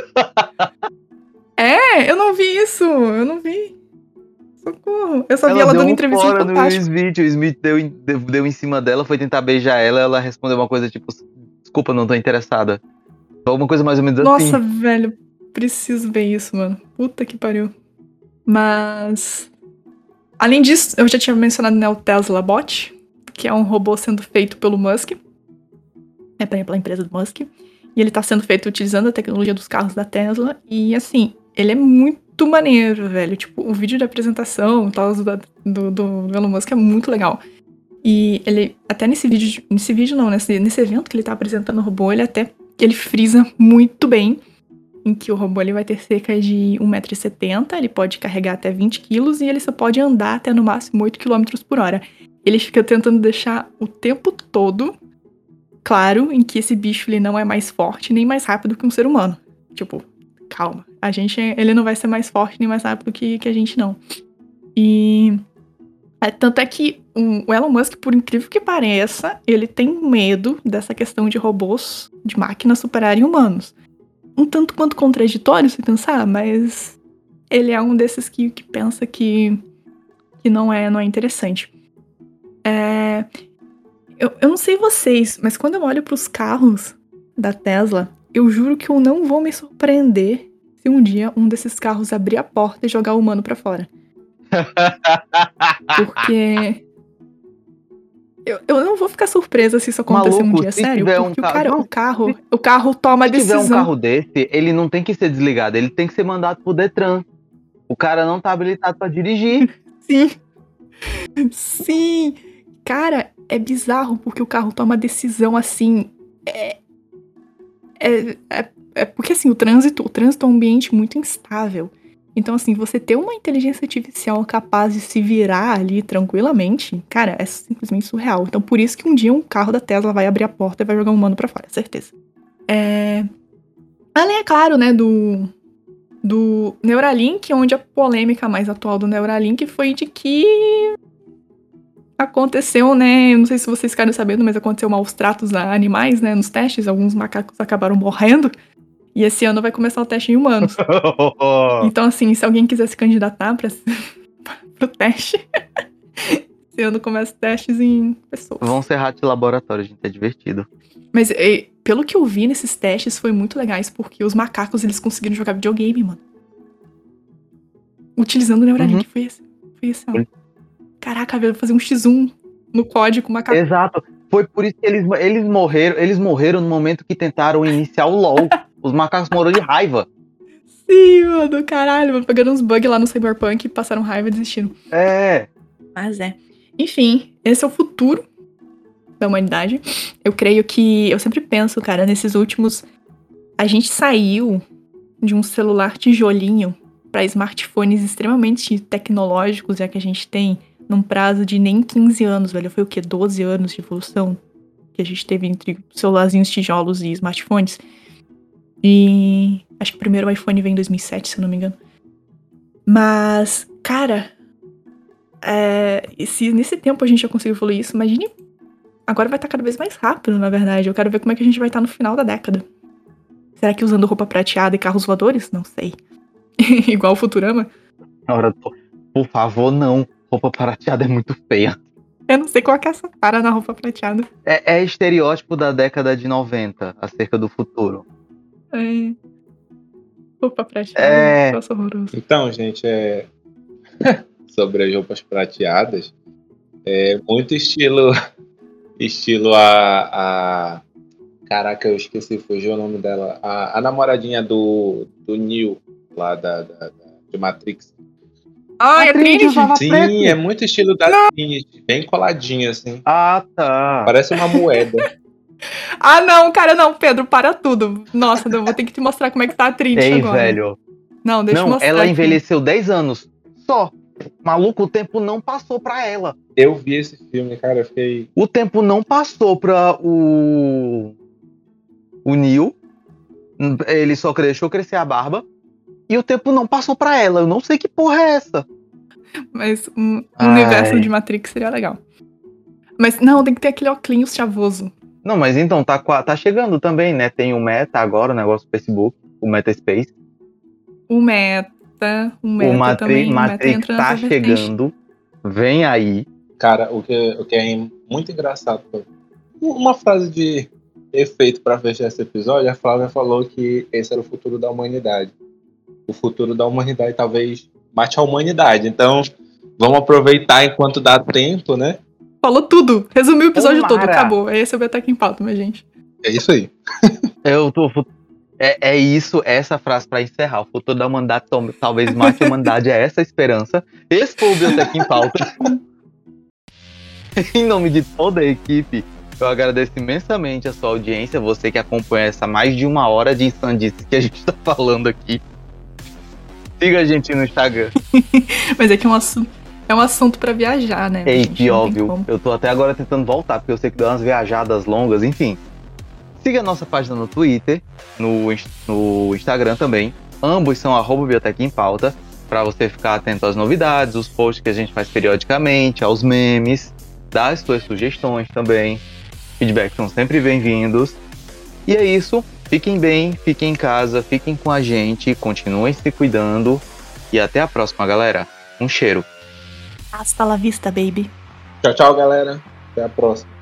Eu não vi isso, eu não vi. Socorro. Eu só vi ela dando entrevista no Fantástico. O Smith deu em cima dela, foi tentar beijar ela respondeu uma coisa tipo, desculpa, não tô interessada. Alguma coisa mais ou menos assim. Nossa, velho, preciso ver isso, mano. Puta que pariu. Mas, além disso, eu já tinha mencionado, né, o Tesla Bot, que é um robô sendo feito pelo Musk. Pela empresa do Musk. E ele tá sendo feito utilizando a tecnologia dos carros da Tesla. E, assim, ele é muito maneiro, velho. Tipo, o vídeo da apresentação e tal do Elon Musk é muito legal. E ele, até nesse evento que ele tá apresentando o robô, ele frisa muito bem em que o robô ele vai ter cerca de 1,70 m, ele pode carregar até 20 kg e ele só pode andar até no máximo 8 km por hora. Ele fica tentando deixar o tempo todo claro em que esse bicho ele não é mais forte nem mais rápido que um ser humano. Tipo, calma. Ele não vai ser mais forte nem mais rápido que a gente, não. E tanto é que o Elon Musk, por incrível que pareça, ele tem medo dessa questão de robôs, de máquinas superarem humanos. Um tanto quanto contraditório, se pensar, mas ele é um desses que pensa que não é interessante. Eu não sei vocês, mas quando eu olho pros carros da Tesla, eu juro que eu não vou me surpreender se um dia um desses carros abrir a porta e jogar o humano pra fora. Porque eu não vou ficar surpresa se isso acontecer um dia, sério. Porque o carro toma a decisão. Se tiver um carro desse, ele não tem que ser desligado, ele tem que ser mandado pro Detran. O cara não tá habilitado pra dirigir. Sim. Cara, é bizarro porque o carro toma decisão assim. Porque assim, o trânsito é um ambiente muito instável. Então, assim, você ter uma inteligência artificial capaz de se virar ali tranquilamente, cara, é simplesmente surreal. Então, por isso que um dia um carro da Tesla vai abrir a porta e vai jogar um humano pra fora, certeza. Além, é claro, né, do Neuralink, onde a polêmica mais atual do Neuralink foi de que aconteceu, né, eu não sei se vocês ficaram sabendo, mas aconteceu maus tratos a animais, né, nos testes, alguns macacos acabaram morrendo. E esse ano vai começar o teste em humanos. Então, assim, se alguém quiser se candidatar pro teste, esse ano começa testes em pessoas. Vão ser ratos de laboratório, gente, é divertido. Mas, pelo que eu vi nesses testes, foi muito legais, porque os macacos, eles conseguiram jogar videogame, mano. Utilizando o Neuralink, foi esse ano. Caraca, velho, fazer um X1 no código macaco. Exato. Foi por isso que eles morreram no momento que tentaram iniciar o LoL. Os macacos morreram de raiva. Sim, mano, caralho, mano. Pegando uns bugs lá no Cyberpunk, passaram raiva e desistiram. É. Mas Enfim, esse é o futuro da humanidade. Eu creio que... Eu sempre penso, cara, nesses últimos... A gente saiu de um celular tijolinho para smartphones extremamente tecnológicos, que a gente tem num prazo de nem 15 anos, velho. Foi o quê? 12 anos de evolução que a gente teve entre celularzinhos tijolos e smartphones. E acho que o primeiro iPhone veio em 2007, se eu não me engano. Mas, cara, se nesse tempo a gente já conseguiu evoluir isso, imagine, agora vai estar cada vez mais rápido, na verdade. Eu quero ver como é que a gente vai estar no final da década. Será que usando roupa prateada e carros voadores? Não sei. Igual o Futurama? Ora, por favor, não. Roupa prateada é muito feia. Eu não sei qual que é essa cara na roupa prateada. É estereótipo da década de 90, acerca do futuro. Roupa prateada, nossa, horroroso. Então, gente, sobre as roupas prateadas, é muito estilo a caraca, eu esqueci, fugiu o nome dela. A namoradinha do Neo, lá de Matrix. Ah, é Trinity? Sim, é muito estilo da Trinity, bem coladinha, assim. Ah, tá. Parece uma moeda. Ah, não, cara, não, Pedro, para tudo. Nossa, eu vou ter que te mostrar como é que tá a Trinity Ei, agora. velho. Não, deixa eu mostrar ela aqui. envelheceu 10 anos. Só. Maluco, o tempo não passou pra ela. Eu vi esse filme, cara, eu fiquei... O tempo não passou pra o Neo. Ele só deixou crescer a barba. E o tempo não passou pra ela. Eu não sei que porra é essa. Mas um universo de Matrix seria legal. Mas não, tem que ter aquele óculos chavoso. Não, mas então, tá chegando também, né? Tem o Meta agora, o negócio do Facebook. O Meta Space. O Meta também. Matrix tá chegando. Vem aí. Cara, o que é muito engraçado. Uma frase de efeito pra fechar esse episódio, a Flávia falou que esse era o futuro da humanidade. O futuro da humanidade talvez mate a humanidade. Então, vamos aproveitar enquanto dá tempo, né? Falou tudo. Resumiu o episódio todo. Acabou. Esse é o Biotech em Pauta, minha gente. É isso aí. É isso, essa frase pra encerrar. O futuro da humanidade talvez mate a humanidade. É essa a esperança. Esse foi o Biotech em Pauta. Em nome de toda a equipe, eu agradeço imensamente a sua audiência. Você que acompanha essa mais de 1 hora de insandice que a gente tá falando aqui. Siga a gente no Instagram. Mas é que é um assunto pra viajar, né? Ei, que óbvio. Eu tô até agora tentando voltar, porque eu sei que deu umas viajadas longas, enfim. Siga a nossa página no Twitter, no Instagram também. Ambos são @Biotech em Pauta, pra você ficar atento às novidades, os posts que a gente faz periodicamente, aos memes, dar as suas sugestões também. Feedbacks são sempre bem-vindos. E é isso. Fiquem bem, fiquem em casa, fiquem com a gente, continuem se cuidando e até a próxima, galera. Um cheiro. Hasta la vista, baby. Tchau, tchau, galera. Até a próxima.